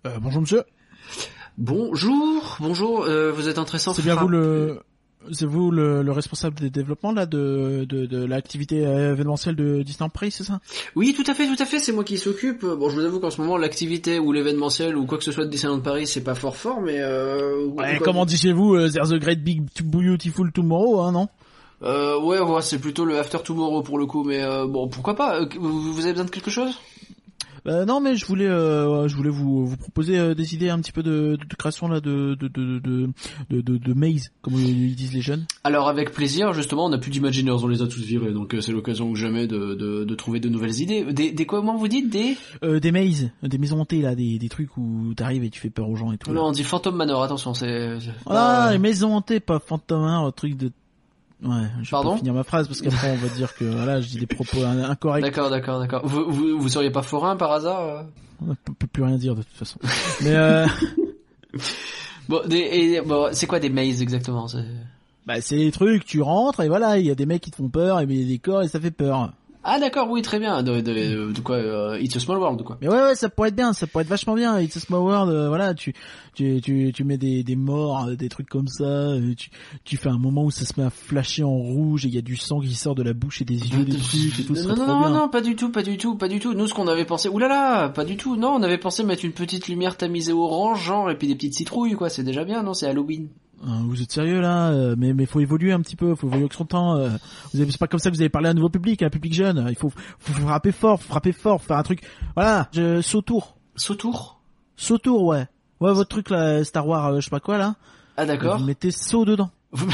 Bonjour monsieur. Bonjour, vous êtes intéressant. C'est bien vous le responsable des développements là de l'activité événementielle de Disneyland Paris, c'est ça? Oui, tout à fait, c'est moi qui s'occupe. Bon, je vous avoue qu'en ce moment l'activité ou l'événementiel ou quoi que ce soit de Disneyland Paris, c'est pas fort, mais comme on dit chez vous, there's a great big beautiful tomorrow, hein, non? Ouais, c'est plutôt le after tomorrow pour le coup, mais bon, pourquoi pas. Vous avez besoin de quelque chose? Non, mais je voulais vous proposer des idées un petit peu de création là de maze, comme ils disent les jeunes. Alors avec plaisir, justement, on n'a plus d'Imagineers, on les a tous virés, donc c'est l'occasion que jamais de trouver de nouvelles idées. Des comment vous dites des mazes, des maisons hantées là, des trucs où t'arrives et tu fais peur aux gens et tout. Non, on dit Phantom Manor, attention, c'est les maisons hantées, pas Phantom Manor, truc de. Ouais, je vais pas finir ma phrase parce qu'après on va dire que voilà, je dis des propos incorrects. D'accord. Vous seriez pas forain par hasard? On peut plus rien dire de toute façon. Mais bon, c'est quoi des mazes exactement? C'est des trucs, tu rentres et voilà, il y a des mecs qui te font peur et il y a des décors et ça fait peur. Ah d'accord, oui, très bien. De quoi It's a Small World, quoi. Mais ouais, ça pourrait être bien, ça pourrait être vachement bien. It's a Small World, voilà, tu mets des morts, des trucs comme ça, tu fais un moment où ça se met à flasher en rouge et il y a du sang qui sort de la bouche et des yeux, des trucs et tout. Non, pas du tout. Nous, ce qu'on avait pensé, oulala, pas du tout. Non, on avait pensé mettre une petite lumière tamisée orange, genre, et puis des petites citrouilles, quoi. C'est déjà bien, non? C'est Halloween. Vous êtes sérieux là? Mais faut évoluer un petit peu, faut évoluer avec son temps. C'est pas comme ça que vous allez parler à un nouveau public, à un public jeune. Il faut frapper fort, faire un truc. Voilà, Sautour, ouais. Ouais, votre truc là, Star Wars, je sais pas quoi là. Ah d'accord. Vous mettez saut dedans.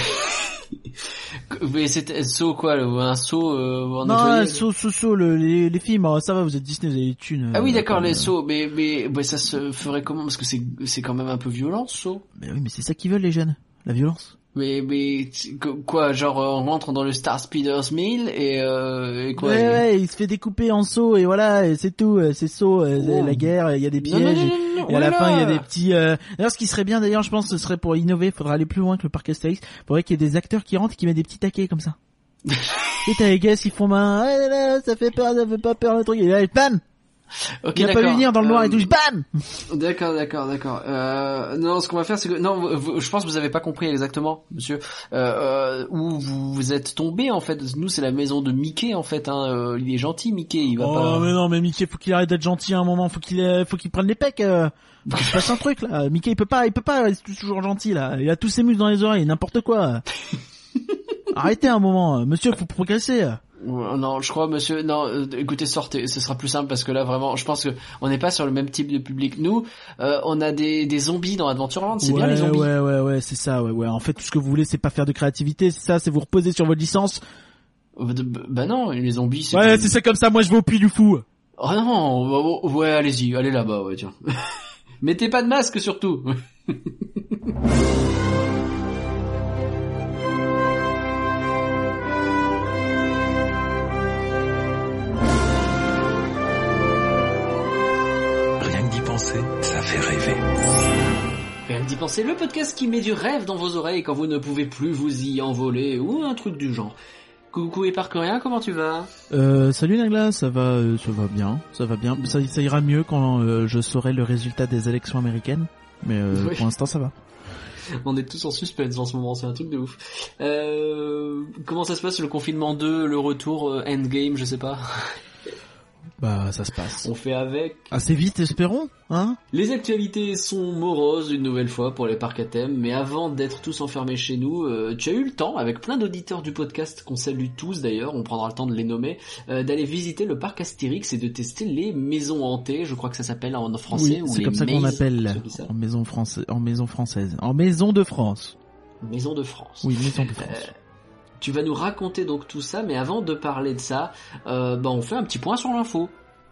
Mais c'était saut quoi, un saut en non, saut les films, ça va, vous êtes Disney, vous avez les thunes. Ah oui, d'accord, les sauts, mais ça se ferait comment? Parce que c'est quand même un peu violent, ce saut. Mais oui, mais c'est ça qu'ils veulent les jeunes, la violence. Mais quoi, genre on rentre dans le Star Speeders Mill et quoi? Ouais, il se fait découper en sauts et voilà, et c'est tout, c'est saut, la guerre, il y a des pièges et à la fin il y a des petits D'ailleurs ce qui serait bien d'ailleurs, je pense ce serait pour innover, faudrait aller plus loin que le parc Astérix, faudrait qu'il y ait des acteurs qui rentrent et qui mettent des petits taquets comme ça. Et t'as les gars qui font ça fait peur, ça fait pas peur le truc et là bam. Ok, il a pas vu venir dans le noir et tout, bam. D'accord. Non, ce qu'on va faire, c'est que je pense que vous avez pas compris exactement, monsieur, où vous êtes tombé en fait. Nous, c'est la maison de Mickey en fait. Il est gentil, Mickey. Il va pas. Mais non, mais Mickey, faut qu'il arrête d'être gentil à un moment. Faut qu'il prenne les pecs. Faut qu'il se passe un truc là. Mickey, il peut pas. Il est toujours gentil là. Il a tous ses muscles dans les oreilles, n'importe quoi. Arrêtez un moment, monsieur. Faut progresser. Non, je crois, monsieur. Non, écoutez, sortez. Ce sera plus simple parce que là, vraiment, je pense que on n'est pas sur le même type de public. Nous, on a des zombies dans Adventureland. C'est bien les zombies. Ouais, c'est ça. Ouais. En fait, tout ce que vous voulez, c'est pas faire de créativité. C'est ça. C'est vous reposer sur votre licence. Bah non, les zombies. C'est ça comme ça. Moi, je vais au Puy du Fou. Oh non. Ouais, allez-y, allez là-bas. Ouais, tiens. Mettez pas de masque surtout. Ça fait rêver. Rien que d'y penser, le podcast qui met du rêve dans vos oreilles quand vous ne pouvez plus vous y envoler ou un truc du genre. Coucou éparcurien, comment tu vas? Salut Nagla, ça va bien. Ça ira mieux quand je saurai le résultat des élections américaines, mais oui. Pour l'instant ça va. On est tous en suspense en ce moment, c'est un truc de ouf. Comment ça se passe le confinement 2, le retour endgame, je sais pas. Ça se passe. On fait avec. Assez vite, espérons, hein. Les actualités sont moroses une nouvelle fois pour les parcs à thème, mais avant d'être tous enfermés chez nous, tu as eu le temps, avec plein d'auditeurs du podcast qu'on salue tous d'ailleurs, on prendra le temps de les nommer, d'aller visiter le parc Astérix et de tester les maisons hantées, je crois que ça s'appelle en français. Oui, ou c'est comme ça qu'on appelle en maison française, en maison de France. Maison de France. Oui, maison de France. Tu vas nous raconter donc tout ça, mais avant de parler de ça, on fait un petit point sur l'info.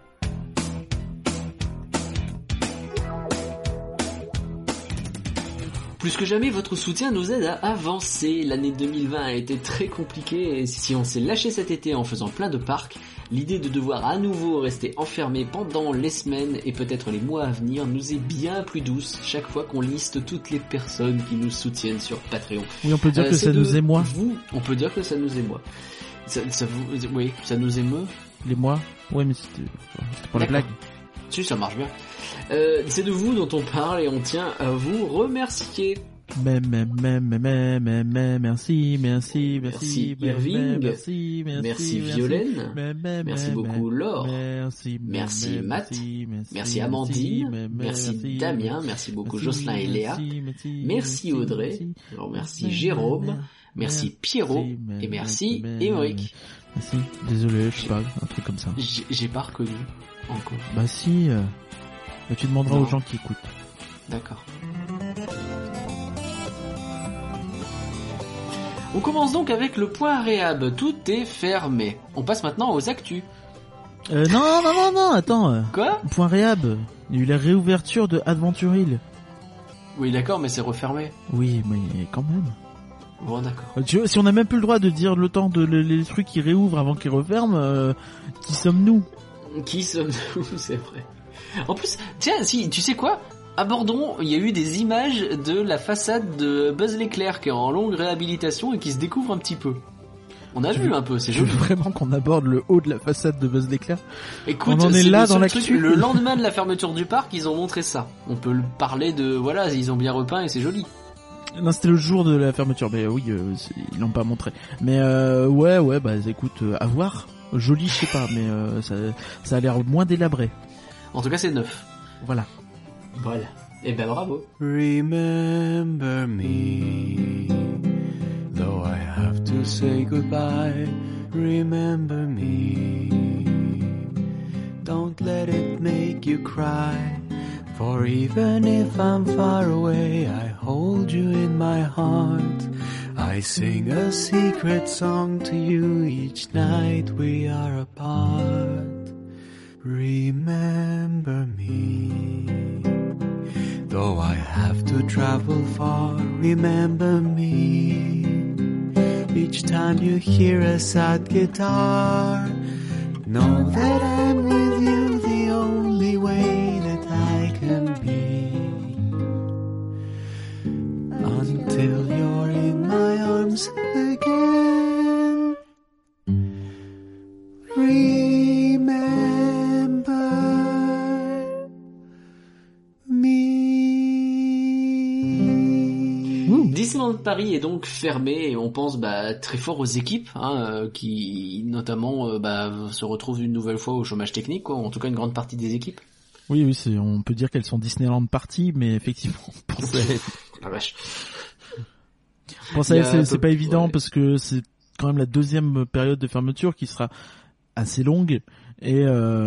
Plus que jamais, votre soutien nous aide à avancer. L'année 2020 a été très compliquée et si on s'est lâché cet été en faisant plein de parcs, l'idée de devoir à nouveau rester enfermé pendant les semaines et peut-être les mois à venir nous est bien plus douce chaque fois qu'on liste toutes les personnes qui nous soutiennent sur Patreon. Oui, on peut dire que ça nous émeut. On peut dire que ça nous émeut. Oui, ça nous émeut. Les mois? Oui, mais c'était pour la blague. Si, ça marche bien. C'est de vous dont on parle et on tient à vous remercier. Merci Irving, merci Violaine, merci beaucoup Laure, merci Matt, merci Amandine, merci Damien, merci beaucoup Jocelyn et Léa, merci Audrey, merci Jérôme, merci Pierrot et merci Émeric. Merci, désolé, je sais pas, un truc comme ça. J'ai pas reconnu encore. Bah si, tu demanderas aux gens qui écoutent. D'accord. On commence donc avec le point réhab. Tout est fermé. On passe maintenant aux actus. Non, attends. Quoi ? Point réhab. Il y a eu la réouverture de Adventure Hill. Oui, d'accord, mais c'est refermé. Oui, mais quand même. Bon, d'accord. Si on n'a même plus le droit de dire le temps de les trucs qui réouvrent avant qu'ils referment, qui sommes-nous ? Qui sommes-nous ? C'est vrai. En plus, tiens, si, tu sais quoi ? À Bordon, il y a eu des images de la façade de Buzz l'éclair qui est en longue réhabilitation et qui se découvre un petit peu. On a vu un peu, c'est joli. Je veux vraiment qu'on aborde le haut de la façade de Buzz l'éclair. Écoute, on en est là dans l'actu. Le lendemain de la fermeture du parc, ils ont montré ça. On peut parler de, voilà, ils ont bien repeint et c'est joli. Non, c'était le jour de la fermeture, mais oui, ils l'ont pas montré. Mais ouais, bah écoute, à voir. Joli, je sais pas, mais ça a l'air moins délabré. En tout cas, c'est neuf. Voilà. Voilà. Et ben bravo. Remember me, though I have to say goodbye. Remember me, don't let it make you cry. For even if I'm far away, I hold you in my heart. I sing a secret song to you each night we are apart. Remember me, though I have to travel far. Remember me, each time you hear a sad guitar. Know that I'm with you the only way that I can be, until you're in my arms again. Remember me. Disneyland Paris est donc fermé et on pense très fort aux équipes qui notamment se retrouvent une nouvelle fois au chômage technique, quoi, en tout cas une grande partie des équipes. Oui, on peut dire qu'elles sont Disneyland Party, mais effectivement, pour ça, la vache. Pour ça, c'est pas évident parce que c'est quand même la deuxième période de fermeture qui sera assez longue et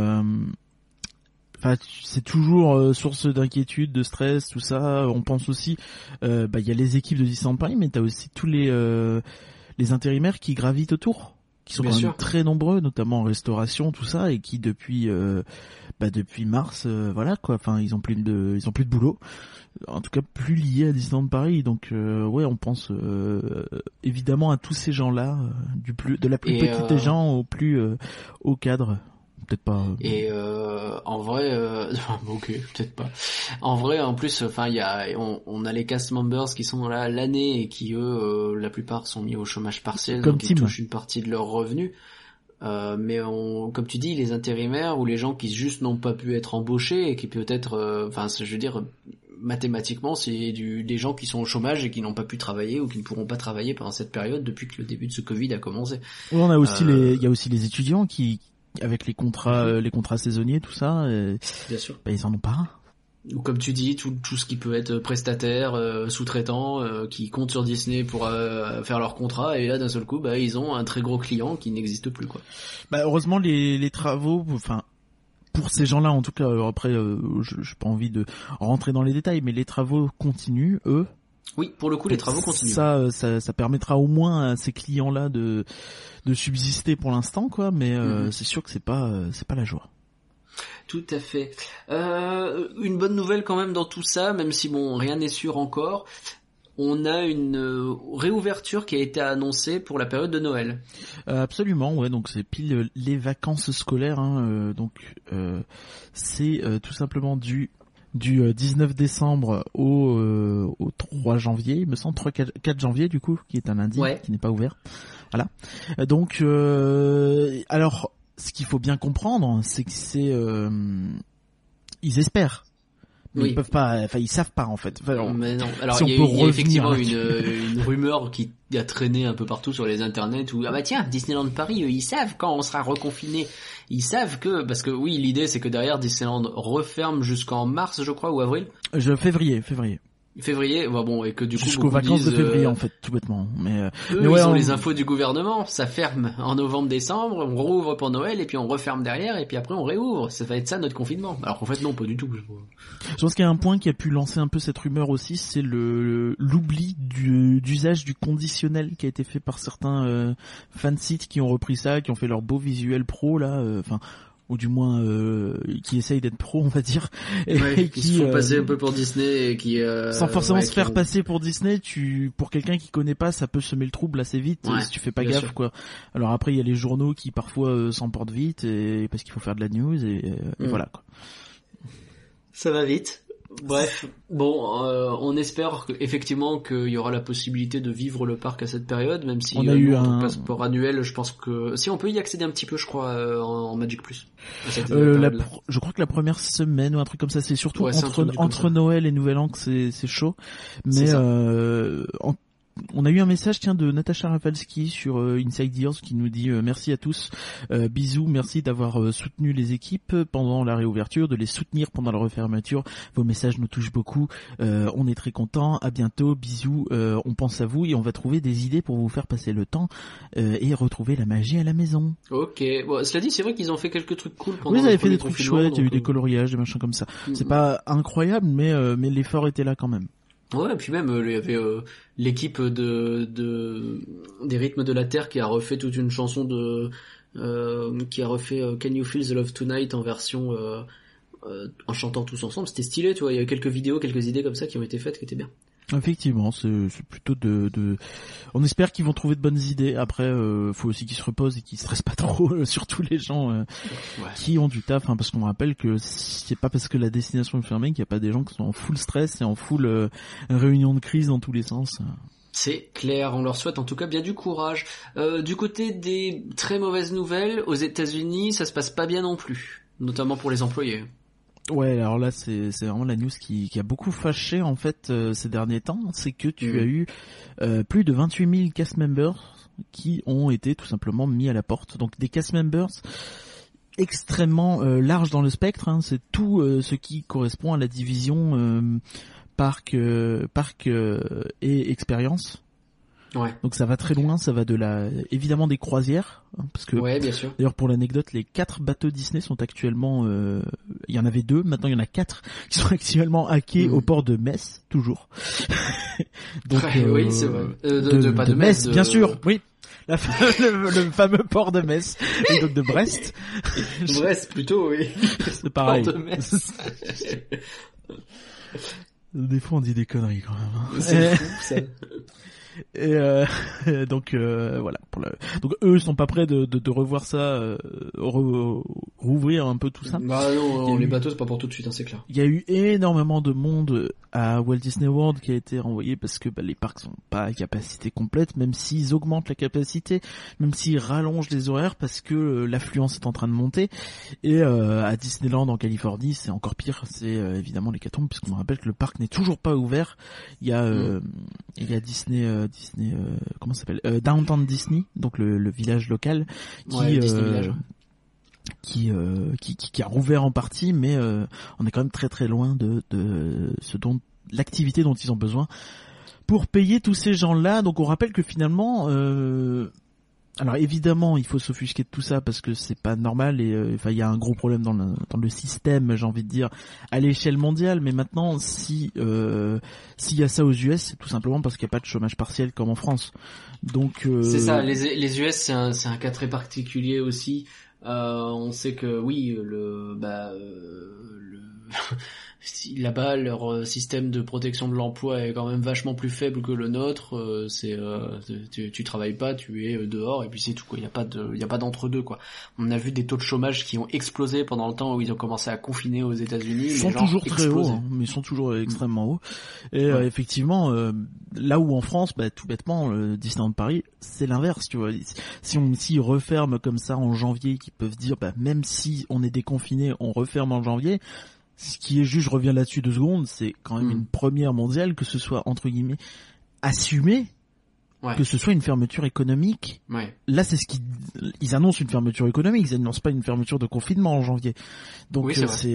c'est toujours source d'inquiétude, de stress, tout ça. On pense aussi, il y a les équipes de Disneyland Paris, mais t'as aussi tous les intérimaires qui gravitent autour, qui sont quand même très nombreux, notamment en restauration, tout ça, et qui depuis mars, voilà quoi. Enfin, ils ont plus de boulot. En tout cas, plus liés à Disneyland Paris. Donc, on pense évidemment à tous ces gens-là, de la plus petite des gens au plus haut cadre. Peut-être pas. Et en vrai, ok, peut-être pas. En vrai, en plus, on a les cast members qui sont là l'année et qui eux, la plupart sont mis au chômage partiel, comme donc ils touchent une partie de leurs revenus. Mais comme tu dis, les intérimaires ou les gens qui juste n'ont pas pu être embauchés et qui peut-être, je veux dire, mathématiquement, c'est des gens qui sont au chômage et qui n'ont pas pu travailler ou qui ne pourront pas travailler pendant cette période depuis que le début de ce Covid a commencé. Oui, on a aussi il y a aussi les étudiants qui avec les contrats saisonniers, tout ça, bien sûr. Ils en ont pas un. Ou comme tu dis, tout ce qui peut être prestataire, sous-traitant, qui compte sur Disney pour faire leur contrat, et là d'un seul coup, ils ont un très gros client qui n'existe plus, quoi. Heureusement les travaux, pour ces gens-là en tout cas, après j'ai pas envie de rentrer dans les détails, mais les travaux continuent, eux. Oui, pour le coup, les travaux continuent. Ça permettra au moins à ces clients-là de subsister pour l'instant, quoi, mais c'est sûr que c'est pas la joie. Tout à fait. Une bonne nouvelle quand même dans tout ça, même si rien n'est sûr encore. On a une réouverture qui a été annoncée pour la période de Noël. Absolument, ouais. Donc c'est pile les vacances scolaires. C'est tout simplement du 19 décembre au 3 janvier, il me semble, 4 janvier du coup, qui est un lundi, qui n'est pas ouvert. Voilà. Donc alors ce qu'il faut bien comprendre, c'est que ils espèrent. Mais Oui. ils peuvent pas, enfin ils savent pas en fait. Enfin, Mais non. Alors si il y a revenir effectivement là-dessus. une rumeur qui a traîné un peu partout sur les internets où ah bah tiens Disneyland Paris ils savent quand on sera reconfiné, ils savent que parce que oui l'idée c'est que derrière Disneyland referme jusqu'en mars je crois ou avril. Février, bon et que du coup jusqu'aux beaucoup vacances disent, de février en fait, tout bêtement. Mais ouais, ils ont les infos du gouvernement, ça ferme en novembre-décembre, on rouvre pour Noël et puis on referme derrière et puis après on réouvre. Ça va être ça notre confinement. Alors qu'en fait non, pas du tout. Je pense qu'il y a un point qui a pu lancer un peu cette rumeur aussi, c'est l'oubli d'usage du conditionnel qui a été fait par certains fansites qui ont repris ça, qui ont fait leur beau visuel pro là, ou du moins qui essayent d'être pro on va dire, et qui se font passer un peu pour Disney et qui sans forcément se faire passer pour Disney, pour quelqu'un qui connaît pas ça peut semer le trouble assez vite si tu fais pas gaffe sûr. Quoi. Alors après il y a les journaux qui parfois s'emportent vite et parce qu'il faut faire de la news et voilà quoi. Ça va vite. Bref, bon, on espère effectivement qu'il y aura la possibilité de vivre le parc à cette période, même si on a eu un passeport annuel, je pense que si on peut y accéder un petit peu, je crois, en Magic Plus. Je crois que la première semaine ou un truc comme ça, c'est surtout entre Noël et Nouvel An que c'est chaud, mais on a eu un message de Natacha Rafalski sur Inside Ears qui nous dit merci à tous, bisous, merci d'avoir soutenu les équipes pendant la réouverture, de les soutenir pendant la refermeture, vos messages nous touchent beaucoup, on est très contents, à bientôt, bisous, on pense à vous et on va trouver des idées pour vous faire passer le temps et retrouver la magie à la maison. Ok, bon, cela dit c'est vrai qu'ils ont fait quelques trucs cool pendant ils avaient fait des trucs chouettes, il y a eu des coloriages, des machins comme ça. C'est pas incroyable mais l'effort était là quand même. Ouais, et puis même il y avait l'équipe des rythmes de la Terre qui a refait toute une chanson qui a refait Can You Feel the Love Tonight en version en chantant tous ensemble. C'était stylé, tu vois. Il y a quelques vidéos, quelques idées comme ça qui ont été faites qui étaient bien. Effectivement, c'est plutôt on espère qu'ils vont trouver de bonnes idées. Après, faut aussi qu'ils se reposent et qu'ils stressent pas trop, surtout les gens qui ont du taf, parce qu'on rappelle que c'est pas parce que la destination est fermée qu'il y a pas des gens qui sont en full stress et en full réunion de crise dans tous les sens. C'est clair, on leur souhaite en tout cas bien du courage. Du côté des très mauvaises nouvelles, aux États-Unis, ça se passe pas bien non plus, notamment pour les employés. Ouais, alors là c'est vraiment la news qui a beaucoup fâché en fait ces derniers temps, c'est que tu as eu plus de 28 000 cast members qui ont été tout simplement mis à la porte. Donc des cast members extrêmement larges dans le spectre, c'est tout ce qui correspond à la division parc et expérience. Ouais. Donc ça va très loin, ça va évidemment des croisières, parce que ouais, bien sûr. D'ailleurs pour l'anecdote, les 4 bateaux Disney sont actuellement, il y en avait 2, maintenant il y en a 4 qui sont actuellement hackés au port de Metz, toujours. Donc oui, c'est vrai. De Metz, bien sûr, oui. Le fameux port de Metz, et donc de Brest. Brest plutôt, oui. C'est pareil. Port de Metz. Des fois on dit des conneries quand même. C'est fou ça. Et donc voilà. Donc eux sont pas prêts de revoir ça, rouvrir un peu tout ça. Bah non, les bateaux c'est pas pour tout de suite, c'est clair. Il y a eu énormément de monde à Walt Disney World qui a été renvoyé parce que les parcs sont pas à capacité complète, même s'ils augmentent la capacité, même s'ils rallongent les horaires parce que l'affluence est en train de monter. Et à Disneyland en Californie, c'est encore pire, c'est évidemment l'hécatombe puisqu'on rappelle que le parc n'est toujours pas ouvert. Il y a Disney comment ça s'appelle, Downtown Disney, donc le village local qui a rouvert en partie, mais on est quand même très très loin de l'activité dont ils ont besoin pour payer tous ces gens-là. Donc on rappelle que finalement alors évidemment il faut s'offusquer de tout ça parce que c'est pas normal et il y a un gros problème dans le système, j'ai envie de dire, à l'échelle mondiale. Mais maintenant s'il y a ça aux US, c'est tout simplement parce qu'il n'y a pas de chômage partiel comme en France. Donc c'est ça, les US c'est un cas très particulier aussi. On sait que oui, là-bas leur système de protection de l'emploi est quand même vachement plus faible que le nôtre. Tu travailles pas, tu es dehors et puis c'est tout quoi. Il y a pas d'entre-deux quoi. On a vu des taux de chômage qui ont explosé pendant le temps où ils ont commencé à confiner aux États-Unis. Ils sont toujours très hauts, mais ils sont toujours extrêmement hauts. Et effectivement, là où en France, tout bêtement, Disneyland Paris, c'est l'inverse, tu vois. Si ils referment comme ça en janvier, qu'ils peuvent dire, même si on est déconfiné, on referme en janvier. ce qui est juste, je reviens là-dessus 2 secondes, c'est quand même une première mondiale que ce soit entre guillemets assumé. Ouais. Que ce soit une fermeture économique. Ouais. Là, c'est ce ils annoncent une fermeture économique, ils annoncent pas une fermeture de confinement en janvier. Donc oui, c'est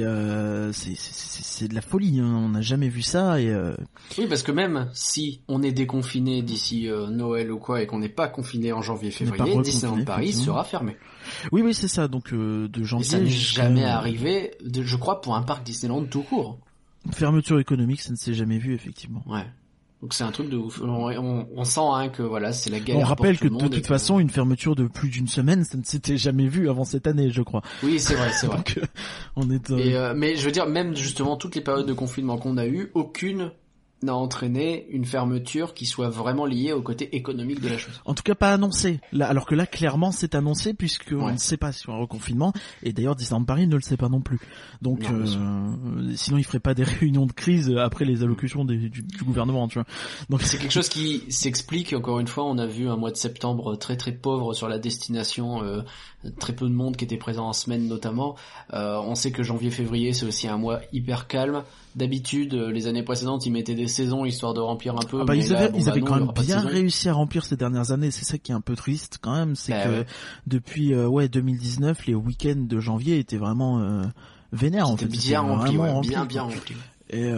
de la folie, hein. On n'a jamais vu ça et Oui, parce que même si on est déconfiné d'ici Noël ou quoi et qu'on n'est pas confiné en janvier-février, Disneyland Paris sera fermé. Oui, c'est ça. Donc de janvier. Et ça n'est jamais arrivé, je crois, pour un parc Disneyland tout court. Fermeture économique, ça ne s'est jamais vu effectivement. Ouais. Donc c'est un truc de ouf. On sent que voilà, c'est la galère. On rappelle que de toute façon, une fermeture de plus d'une semaine, ça ne s'était jamais vu avant cette année, je crois. Oui, c'est vrai. Donc, on est. Mais je veux dire, même justement toutes les périodes de confinement qu'on a eues, aucune n'a entraîné une fermeture qui soit vraiment liée au côté économique de la chose. En tout cas, pas annoncé. Là, alors que là, clairement, c'est annoncé puisque on ne sait pas sur un reconfinement. Et d'ailleurs, Disneyland Paris ne le sait pas non plus. Donc, sinon, il ferait pas des réunions de crise après les allocutions du gouvernement, tu vois. Donc, c'est quelque chose qui s'explique. Encore une fois, on a vu un mois de septembre très très pauvre sur la destination. Très peu de monde qui était présent en semaine notamment. On sait que janvier-février, c'est aussi un mois hyper calme. D'habitude, les années précédentes, ils mettaient des saisons histoire de remplir un peu. Ils avaient quand même bien réussi à remplir ces dernières années. C'est ça qui est un peu triste quand même, c'est que depuis 2019, les week-ends de janvier étaient vraiment vénères en fait. Bien rempli, bien rempli. Et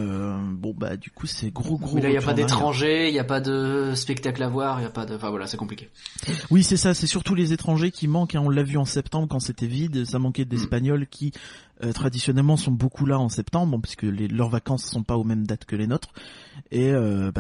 du coup c'est gros. Mais là il y a pas d'étrangers, il y a pas de spectacle à voir, il y a pas de, enfin voilà, c'est compliqué. Oui, c'est ça, c'est surtout les étrangers qui manquent, hein. On l'a vu en septembre quand c'était vide, ça manquait d'Espagnols qui traditionnellement sont beaucoup là en septembre, puisque leurs vacances sont pas aux mêmes dates que les nôtres. Et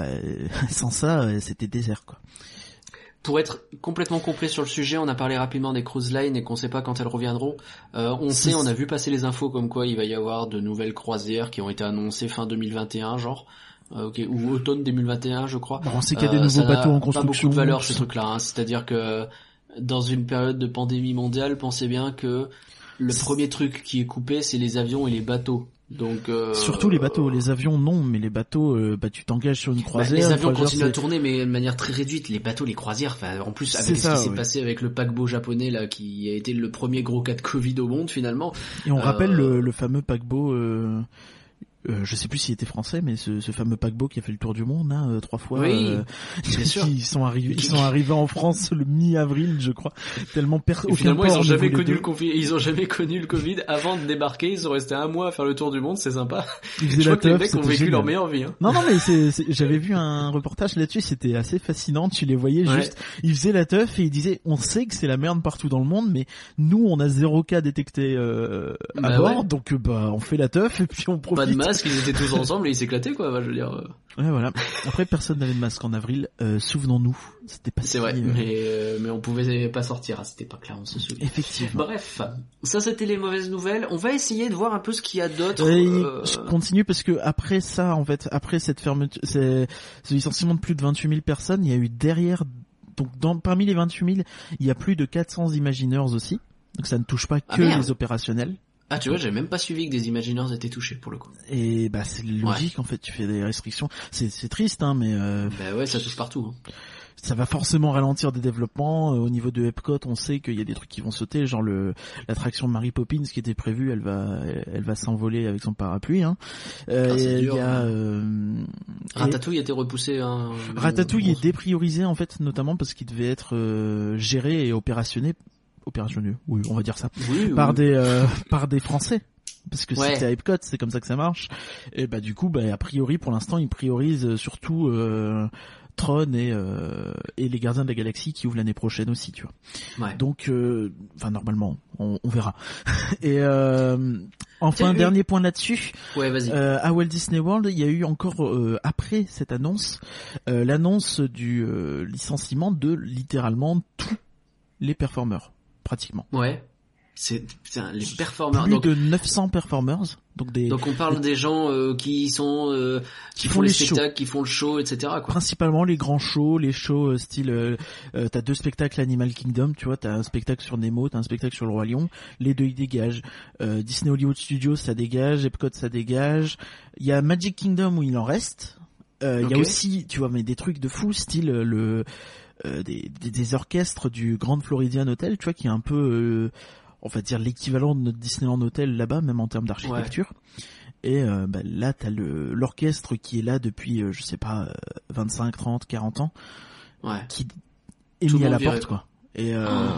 sans ça, c'était désert quoi. Pour être complètement complet sur le sujet, on a parlé rapidement des cruise lines et qu'on sait pas quand elles reviendront. On a vu passer les infos comme quoi il va y avoir de nouvelles croisières qui ont été annoncées fin 2021, genre. Ou automne 2021, je crois. On sait qu'il y a des nouveaux bateaux en construction. Pas beaucoup de valeur ce truc-là, hein. C'est-à-dire que dans une période de pandémie mondiale, pensez bien que le premier truc qui est coupé, c'est les avions et les bateaux. Donc surtout les bateaux, les avions non, mais les bateaux tu t'engages sur une croisière. Les avions continuent à tourner mais de manière très réduite, les bateaux, les croisières, en plus avec ce qui s'est passé avec le paquebot japonais là qui a été le premier gros cas de Covid au monde finalement. Et on rappelle le fameux paquebot je sais plus s'il était français, mais ce fameux paquebot qui a fait le tour du monde, hein, 3 fois. Oui, bien sûr. Ils sont arrivés en France le mi-avril, je crois. Tellement finalement, ils ont jamais connu le Covid avant de débarquer. Ils ont resté 1 mois à faire le tour du monde, c'est sympa. Je crois que les mecs ont vécu leur meilleure vie, hein. Non, mais j'avais vu un reportage là-dessus, c'était assez fascinant. Tu les voyais juste, ils faisaient la teuf et ils disaient, on sait que c'est la merde partout dans le monde, mais nous, on a 0 cas détecté à bord, donc on fait la teuf et puis on profite. Pas de masque, ils étaient tous ensemble et ils s'éclataient quoi, je veux dire. Ouais, voilà. Après, personne n'avait de masque en avril. Souvenons-nous, c'était pas. C'est vrai, mais on pouvait pas sortir à cette époque-là, on se souvient. Effectivement. Bref, ça c'était les mauvaises nouvelles. On va essayer de voir un peu ce qu'il y a d'autre. Je continue parce que après ça, en fait, après cette fermeture, ce licenciement de plus de 28 000 personnes, il y a eu derrière, donc parmi les 28 000, il y a plus de 400 Imagineers aussi. Donc ça ne touche pas que les opérationnels. Ah, tu vois, j'avais même pas suivi que des Imagineers étaient touchés pour le coup. Et c'est logique en fait, tu fais des restrictions. C'est triste hein, mais ça touche partout. Hein. Ça va forcément ralentir des développements. Au niveau de Epcot, on sait qu'il y a des trucs qui vont sauter, genre l'attraction Mary Poppins qui était prévue, elle va s'envoler avec son parapluie. Hein. Il y a Ratatouille a été repoussé. Hein, Ratatouille est dépriorisé en fait, notamment parce qu'il devait être géré et opérationnel, oui, on va dire ça, par des Français. Parce que c'était à Epcot, c'est comme ça que ça marche. Et du coup, a priori, pour l'instant, ils priorisent surtout Tron et les Gardiens de la Galaxie qui ouvrent l'année prochaine aussi, tu vois. Ouais. Donc, normalement, on verra. Et enfin, dernier point là-dessus. Ouais, vas-y. À Walt Disney World, il y a eu encore après cette annonce, l'annonce du licenciement de littéralement tous les performeurs, pratiquement. Ouais. C'est les performeurs. Plus de 900 performers. Donc on parle des gens qui sont qui font les spectacles, qui font le show, etc. quoi. Principalement les grands shows, les shows style t'as 2 spectacles Animal Kingdom, tu vois, t'as un spectacle sur Nemo, t'as un spectacle sur le Roi Lion, les 2 ils dégagent. Disney Hollywood Studios ça dégage, Epcot ça dégage. Il y a Magic Kingdom où il en reste. Il y a aussi, tu vois, mais des trucs de fou style des orchestres du Grand Floridian Hotel, tu vois, qui est un peu on va dire l'équivalent de notre Disneyland Hotel là-bas, même en termes d'architecture. Et là t'as l'orchestre qui est là depuis je sais pas 25, 30, 40 ans, qui est mis à la porte quoi. Et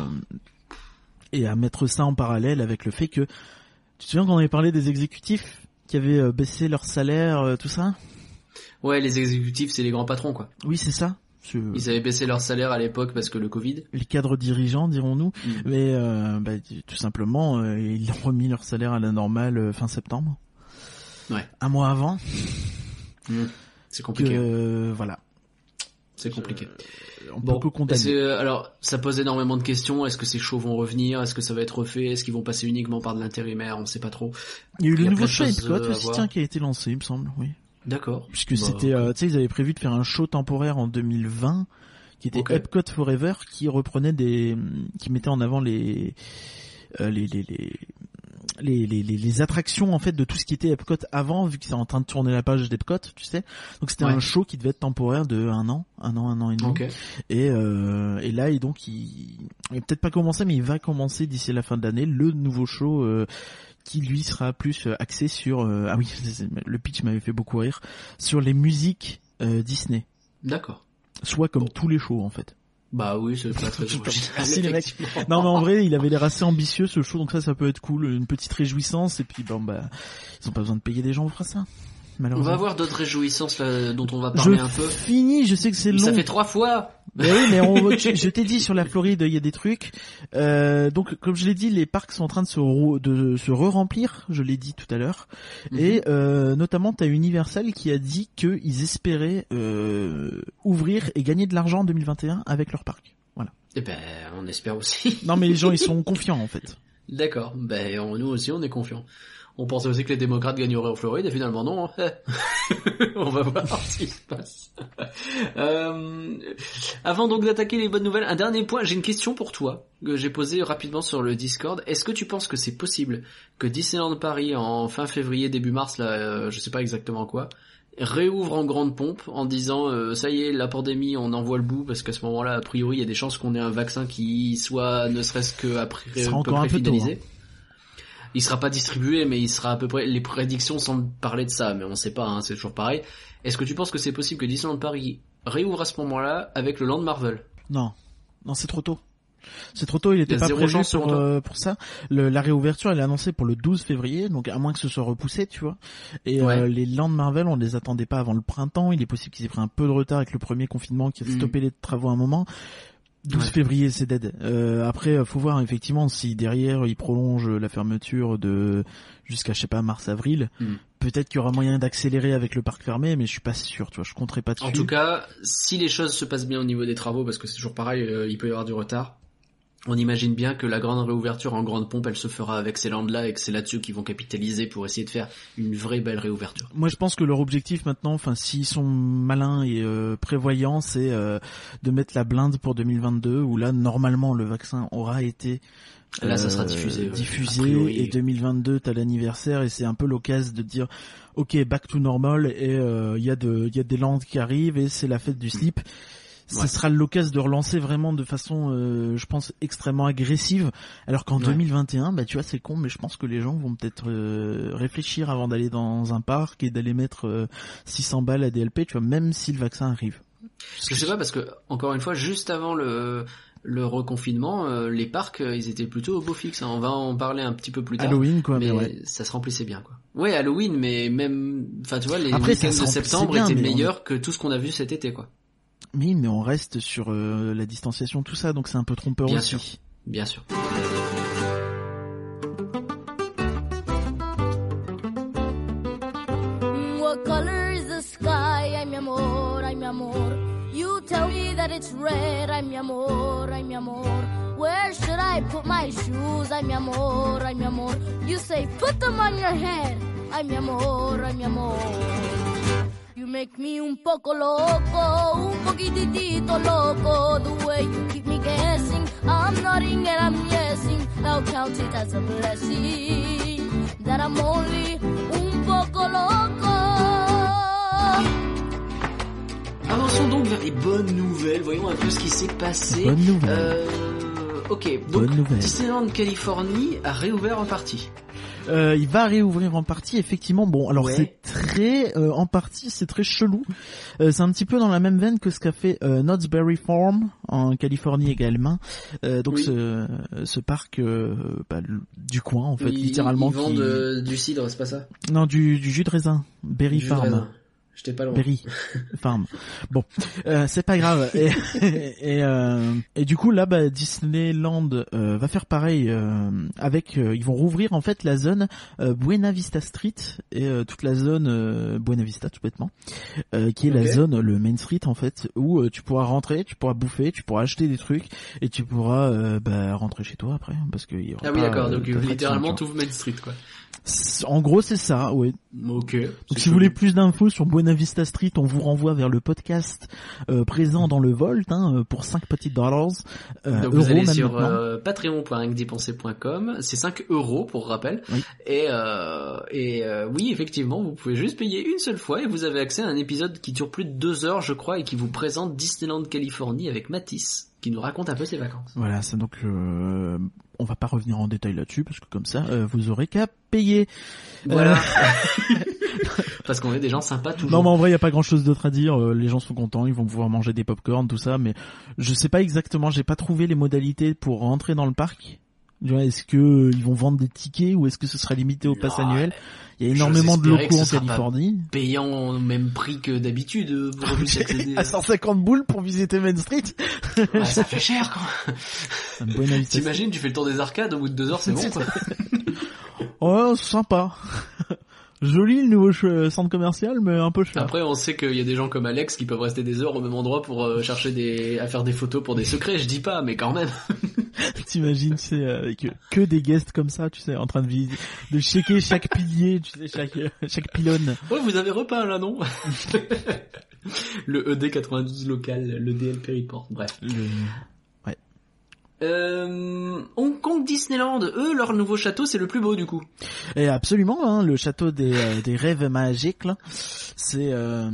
à mettre ça en parallèle avec le fait que tu te souviens qu'on avait parlé des exécutifs qui avaient baissé leur salaire, tout ça. Ouais, les exécutifs c'est les grands patrons quoi. Oui c'est ça. Ils avaient baissé leur salaire à l'époque parce que le Covid. Les cadres dirigeants, dirons-nous. Mais tout simplement, ils ont remis leur salaire à la normale fin septembre. Ouais. Un mois avant. C'est compliqué. Voilà. C'est compliqué. On peut que condamner. Alors, ça pose énormément de questions. Est-ce que ces shows vont revenir? Est-ce que ça va être refait? Est-ce qu'ils vont passer uniquement par de l'intérimaire? On sait pas trop. Il y a eu le nouveau show Epcot aussi, qui a été lancé, il me semble, oui. D'accord. Puisque c'était, tu sais, ils avaient prévu de faire un show temporaire en 2020, qui était Epcot Forever, qui reprenait qui mettait en avant les attractions en fait de tout ce qui était Epcot avant, vu qu'ils sont en train de tourner la page d'Epcot, tu sais. Donc c'était un show qui devait être temporaire de un an et demi. Et là, il n'a peut-être pas commencé, mais il va commencer d'ici la fin de l'année le nouveau show qui lui sera plus axé sur le pitch m'avait fait beaucoup rire, sur les musiques Disney. D'accord. Soit comme tous les shows en fait. Bah oui, c'est pas très Merci les mecs. Non mais en vrai, il avait l'air assez ambitieux ce show, donc ça peut être cool, une petite réjouissance, et puis ils ont pas besoin de payer des gens pour faire ça. On va avoir d'autres réjouissances là, dont on va parler un peu. Je sais que c'est long. Ça fait 3 fois. Mais oui, mais je t'ai dit sur la Floride, il y a des trucs. Donc, comme je l'ai dit, les parcs sont en train de se re-remplir. Je l'ai dit tout à l'heure. Et notamment, t'as Universal qui a dit qu'ils espéraient ouvrir et gagner de l'argent en 2021 avec leur parc. Voilà. Eh ben, on espère aussi. Non, mais les gens, ils sont confiants en fait. D'accord. Ben, nous aussi, on est confiants. On pensait aussi que les démocrates gagneraient en Floride, et finalement non. On va voir ce qui se passe. Avant donc d'attaquer les bonnes nouvelles, un dernier point, j'ai une question pour toi, que j'ai posée rapidement sur le Discord. Est-ce que tu penses que c'est possible que Disneyland Paris, en fin février, début mars, là, je sais pas exactement quoi, réouvre en grande pompe en disant ça y est, la pandémie, on en voit le bout, parce qu'à ce moment-là, a priori, il y a des chances qu'on ait un vaccin qui soit ne serait-ce que après peu près finalisé. Il sera pas distribué, mais il sera à peu près, les prédictions semblent parler de ça, mais on sait pas, c'est toujours pareil. Est-ce que tu penses que c'est possible que Disneyland Paris réouvre à ce moment-là avec le Land Marvel? Non, c'est trop tôt. C'est trop tôt, il était pas prévu pour ça. La réouverture, elle est annoncée pour le 12 février, donc à moins que ce soit repoussé, tu vois. Et les Land Marvel, on les attendait pas avant le printemps. Il est possible qu'ils aient pris un peu de retard avec le premier confinement qui a stoppé les travaux à un moment. 12 février, c'est dead. Après, faut voir effectivement si derrière ils prolongent la fermeture jusqu'à, je sais pas, mars-avril. Peut-être qu'il y aura moyen d'accélérer avec le parc fermé, mais je suis pas sûr, tu vois, je compterai pas dessus. En tout cas, si les choses se passent bien au niveau des travaux, parce que c'est toujours pareil, il peut y avoir du retard, on imagine bien que la grande réouverture en grande pompe, elle se fera avec ces landes-là, et que c'est là-dessus qu'ils vont capitaliser pour essayer de faire une vraie belle réouverture. Moi, je pense que leur objectif maintenant, s'ils sont malins et prévoyants, c'est de mettre la blinde pour 2022, où là, normalement, le vaccin aura été là, ça sera diffusé. Et 2022, t'as l'anniversaire, et c'est un peu l'occasion de dire, ok, back to normal, et il y a des landes qui arrivent, et c'est la fête du slip. Ça sera l'occasion de relancer vraiment de façon, je pense, extrêmement agressive. Alors qu'en 2021, tu vois, c'est con, mais je pense que les gens vont peut-être réfléchir avant d'aller dans un parc et d'aller mettre 600 balles à DLP, tu vois, même si le vaccin arrive. Je sais pas, parce que, encore une fois, juste avant le reconfinement, les parcs, ils étaient plutôt au beau fixe. On va en parler un petit peu plus tard. Halloween, quoi, mais ça se remplissait bien, quoi. Ouais, Halloween, mais même, tu vois, les week-ends de septembre étaient meilleurs que tout ce qu'on a vu cet été, quoi. Oui, mais on reste sur la distanciation, tout ça, donc c'est un peu trompeur aussi. Bien sûr. What color is the sky? Ay, mi amor, ay, mi amor. You tell me that it's red. Ay, mi amor, ay, mi amor. Where should I put my shoes? Ay, mi amor, ay, mi amor. You say put them on your head. Ay, mi amor, ay, mi amor. You make me un poco loco, un poquitito loco. The way you keep me guessing, I'm nodding and I'm yesing. Now count it as a blessing that I'm only un poco loco. Avançons donc vers les bonnes nouvelles. Voyons un peu ce qui s'est passé. Bonne nouvelle. Ok, donc Disneyland Californie a réouvert en partie. Il va réouvrir en partie, effectivement. Bon, alors Ouais. c'est très en partie, c'est très chelou. C'est un petit peu dans la même veine que ce qu'a fait Knott's Berry Farm en Californie également. Donc Oui. ce parc du coin en fait, Ils littéralement. vendent du cidre, c'est pas ça? Non, du jus de raisin, Berry Du jus de Farm. raisin. J'étais pas loin. Berry Farm. Bon, c'est pas grave. Et du coup là, Disneyland va faire pareil avec. Ils vont rouvrir en fait la zone Buena Vista Street et toute la zone Buena Vista tout bêtement, qui est Ok. la zone, le Main Street en fait, où tu pourras rentrer, tu pourras bouffer, tu pourras acheter des trucs et tu pourras rentrer chez toi après parce qu'il y aura Ah oui, pas, d'accord. Donc d'attraction, littéralement tu tout Main Street, quoi. vois. En gros, c'est ça, ouais. Ok. Donc si vous voulez plus d'infos sur Buena Vista Street, on vous renvoie vers le podcast présent dans le Volt pour 5 petits dollars. Donc euros vous allez même sur maintenant. patreon.rienquedipenser.com, c'est 5 euros pour rappel. Oui. Et oui, effectivement, vous pouvez juste payer une seule fois et vous avez accès à un épisode qui dure plus de 2 heures, je crois, et qui vous présente Disneyland Californie avec Mathis, qui nous raconte un peu ses vacances. Voilà, c'est donc on va pas revenir en détail là-dessus parce que comme ça vous aurez qu'à payer. Voilà. Parce qu'on est des gens sympas toujours. Non mais en vrai il y a pas grand-chose d'autre à dire, les gens sont contents, ils vont pouvoir manger des pop-corn tout ça, mais je sais pas exactement, j'ai pas trouvé les modalités pour rentrer dans le parc. Est-ce que ils vont vendre des tickets ou est-ce que ce sera limité au pass annuel? Il y a énormément de J'ose espérer locaux que en ce sera pas Californie. Payant au même prix que d'habitude pour juste accéder. À 150 boules pour visiter Main Street. Ouais, ça fait cher quand même. Buena Vista Street. T'imagines, tu fais le tour des arcades, au bout de 2 heures c'est bon quoi. Oh, sympa. Joli le nouveau centre commercial, mais un peu cher. Après, on sait qu'il y a des gens comme Alex qui peuvent rester des heures au même endroit pour chercher à faire des photos pour des secrets. Je dis pas, mais quand même. T'imagines, tu sais, avec que des guests comme ça, tu sais, en train de checker chaque pilier, tu sais, chaque pylône. Ouais, vous avez repeint là, non? Le ED 92 local, le DLP Report. Bref. Hong Kong Disneyland, eux, leur nouveau château, c'est le plus beau du coup. Et absolument, hein, le château des rêves magiques, là, c'est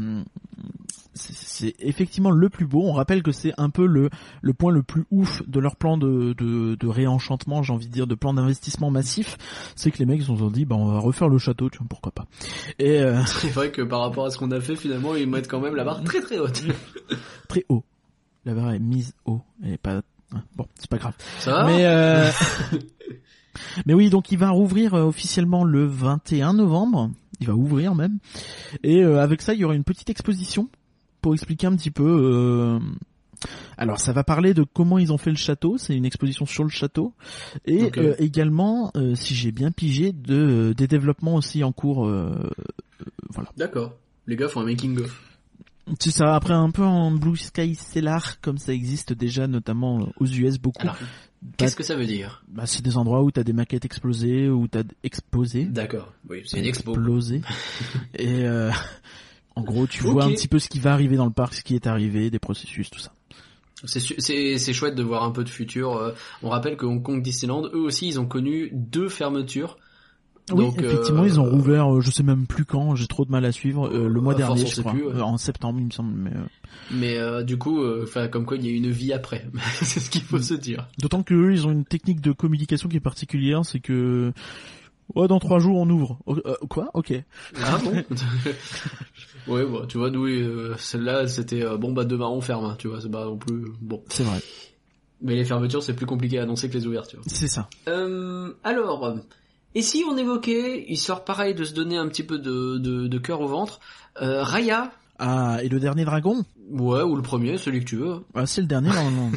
effectivement le plus beau. On rappelle que c'est un peu le point le plus ouf de leur plan de réenchantement, j'ai envie de dire, de plan d'investissement massif. C'est que les mecs se sont dit, on va refaire le château, tu vois, pourquoi pas. Et c'est vrai que par rapport à ce qu'on a fait, finalement, ils mettent quand même la barre très très haute. Très haut. La barre est mise haut, elle est pas. Bon, c'est pas grave. Ça va? Mais mais oui, donc il va rouvrir officiellement le 21 novembre. Il va ouvrir même. Et avec ça, il y aura une petite exposition pour expliquer un petit peu. Alors, ça va parler de comment ils ont fait le château. C'est une exposition sur le château. Et Okay. également, si j'ai bien pigé, des développements aussi en cours. Voilà. D'accord. Les gars font un making of. C'est ça, après un peu en Blue Sky Stellar, comme ça existe déjà, notamment aux US beaucoup. Alors, qu'est-ce que ça veut dire? C'est des endroits où t'as des maquettes explosées, où t'as exposées. D'accord. Oui, c'est une expo. Explosées. Et en gros, tu Ok. vois un petit peu ce qui va arriver dans le parc, ce qui est arrivé, des processus, tout ça. C'est chouette de voir un peu de futur. On rappelle que Hong Kong Disneyland, eux aussi, ils ont connu 2 fermetures. Oui, Donc, effectivement, ils ont rouvert, je sais même plus quand, j'ai trop de mal à suivre, le mois à force, dernier, on je sait crois. plus, ouais. En septembre, il me semble. Mais du coup, comme quoi il y a une vie après. C'est ce qu'il faut se dire. D'autant que eux, ils ont une technique de communication qui est particulière, c'est que dans 3 jours on ouvre. Quoi? Ok. Ah bon? Ouais, bon, tu vois, nous, celle-là, c'était demain on ferme, hein, tu vois, c'est pas non plus bon. C'est vrai. Mais les fermetures, c'est plus compliqué à annoncer que les ouvertures. C'est ça. Alors, et si on évoquait, histoire pareil de se donner un petit peu de cœur au ventre, Raya. Ah, et le dernier dragon? Ouais, ou le premier, celui que tu veux. Ah, c'est le dernier, non.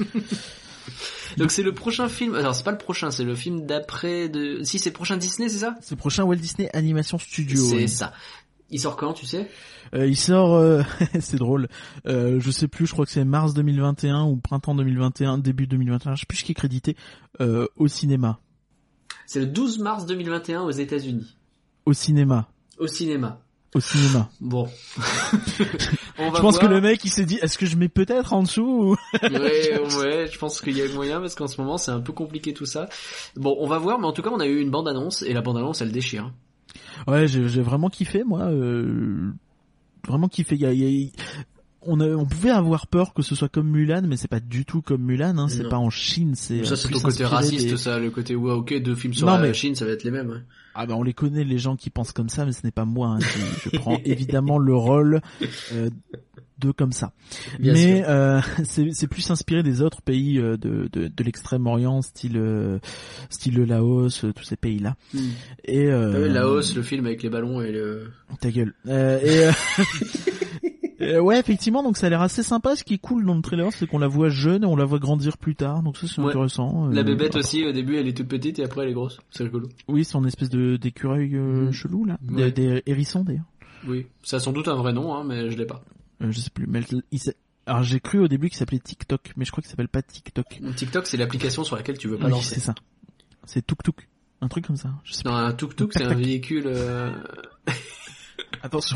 Donc c'est le prochain film, alors c'est pas le prochain, c'est le film d'après si c'est le prochain Disney, c'est ça? C'est le prochain Walt Disney Animation Studio. C'est ouais. ça. Il sort quand, tu sais? Il sort, c'est drôle, je sais plus, je crois que c'est mars 2021 ou printemps 2021, début 2021, je sais plus ce qui est crédité, au cinéma. C'est le 12 mars 2021 aux États-Unis. Au cinéma. Au cinéma. Au cinéma. Bon. On va Je pense voir. que le mec il s'est dit, est-ce que je mets peut-être en dessous ou... Ouais, je pense qu'il y a moyen parce qu'en ce moment c'est un peu compliqué tout ça. Bon, on va voir, mais en tout cas on a eu une bande-annonce et la bande-annonce elle déchire. Ouais, j'ai vraiment kiffé moi. Vraiment kiffé. on pouvait avoir peur que ce soit comme Mulan, mais c'est pas du tout comme Mulan, hein. C'est Non. pas en Chine, c'est Ça, c'est plus ton côté inspiré raciste, des- ça, le côté, ouais, ok, 2 films sur Non, la mais- Chine, ça va être les mêmes, ouais. Ah ben on les connaît les gens qui pensent comme ça, mais ce n'est pas moi. Hein. Je prends évidemment le rôle de comme ça. Bien mais sûr. c'est plus inspiré des autres pays de l'extrême-orient, style le Laos, tous ces pays-là. Et Ah ouais, Laos, le film avec les ballons et le... ta gueule. Ouais, effectivement, donc ça a l'air assez sympa. Ce qui est cool dans le trailer, c'est qu'on la voit jeune et on la voit grandir plus tard. Donc ça, c'est Ouais. intéressant. La bébête après- aussi, au début, elle est toute petite et après, elle est grosse. C'est rigolo. Oui, c'est une espèce d'écureuil chelou là, Ouais. des hérissons d'ailleurs. Oui. Ça a sans doute un vrai nom, hein, mais je l'ai pas. Je sais plus. Mais alors j'ai cru au début qu'il s'appelait TikTok, mais je crois qu'il s'appelle pas TikTok. TikTok, c'est l'application sur laquelle tu veux pas Oui, lancer. c'est ça. C'est Tuk Tuk, un truc comme ça. Je sais Non, un tuk-tuk, c'est un véhicule... pas. Attention,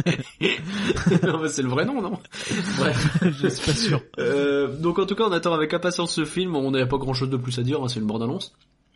non, mais c'est le vrai nom, non? Bref. je suis pas sûr. Donc en tout cas, on attend avec impatience ce film. On n'a pas grand-chose de plus à dire, hein, c'est une bande-annonce.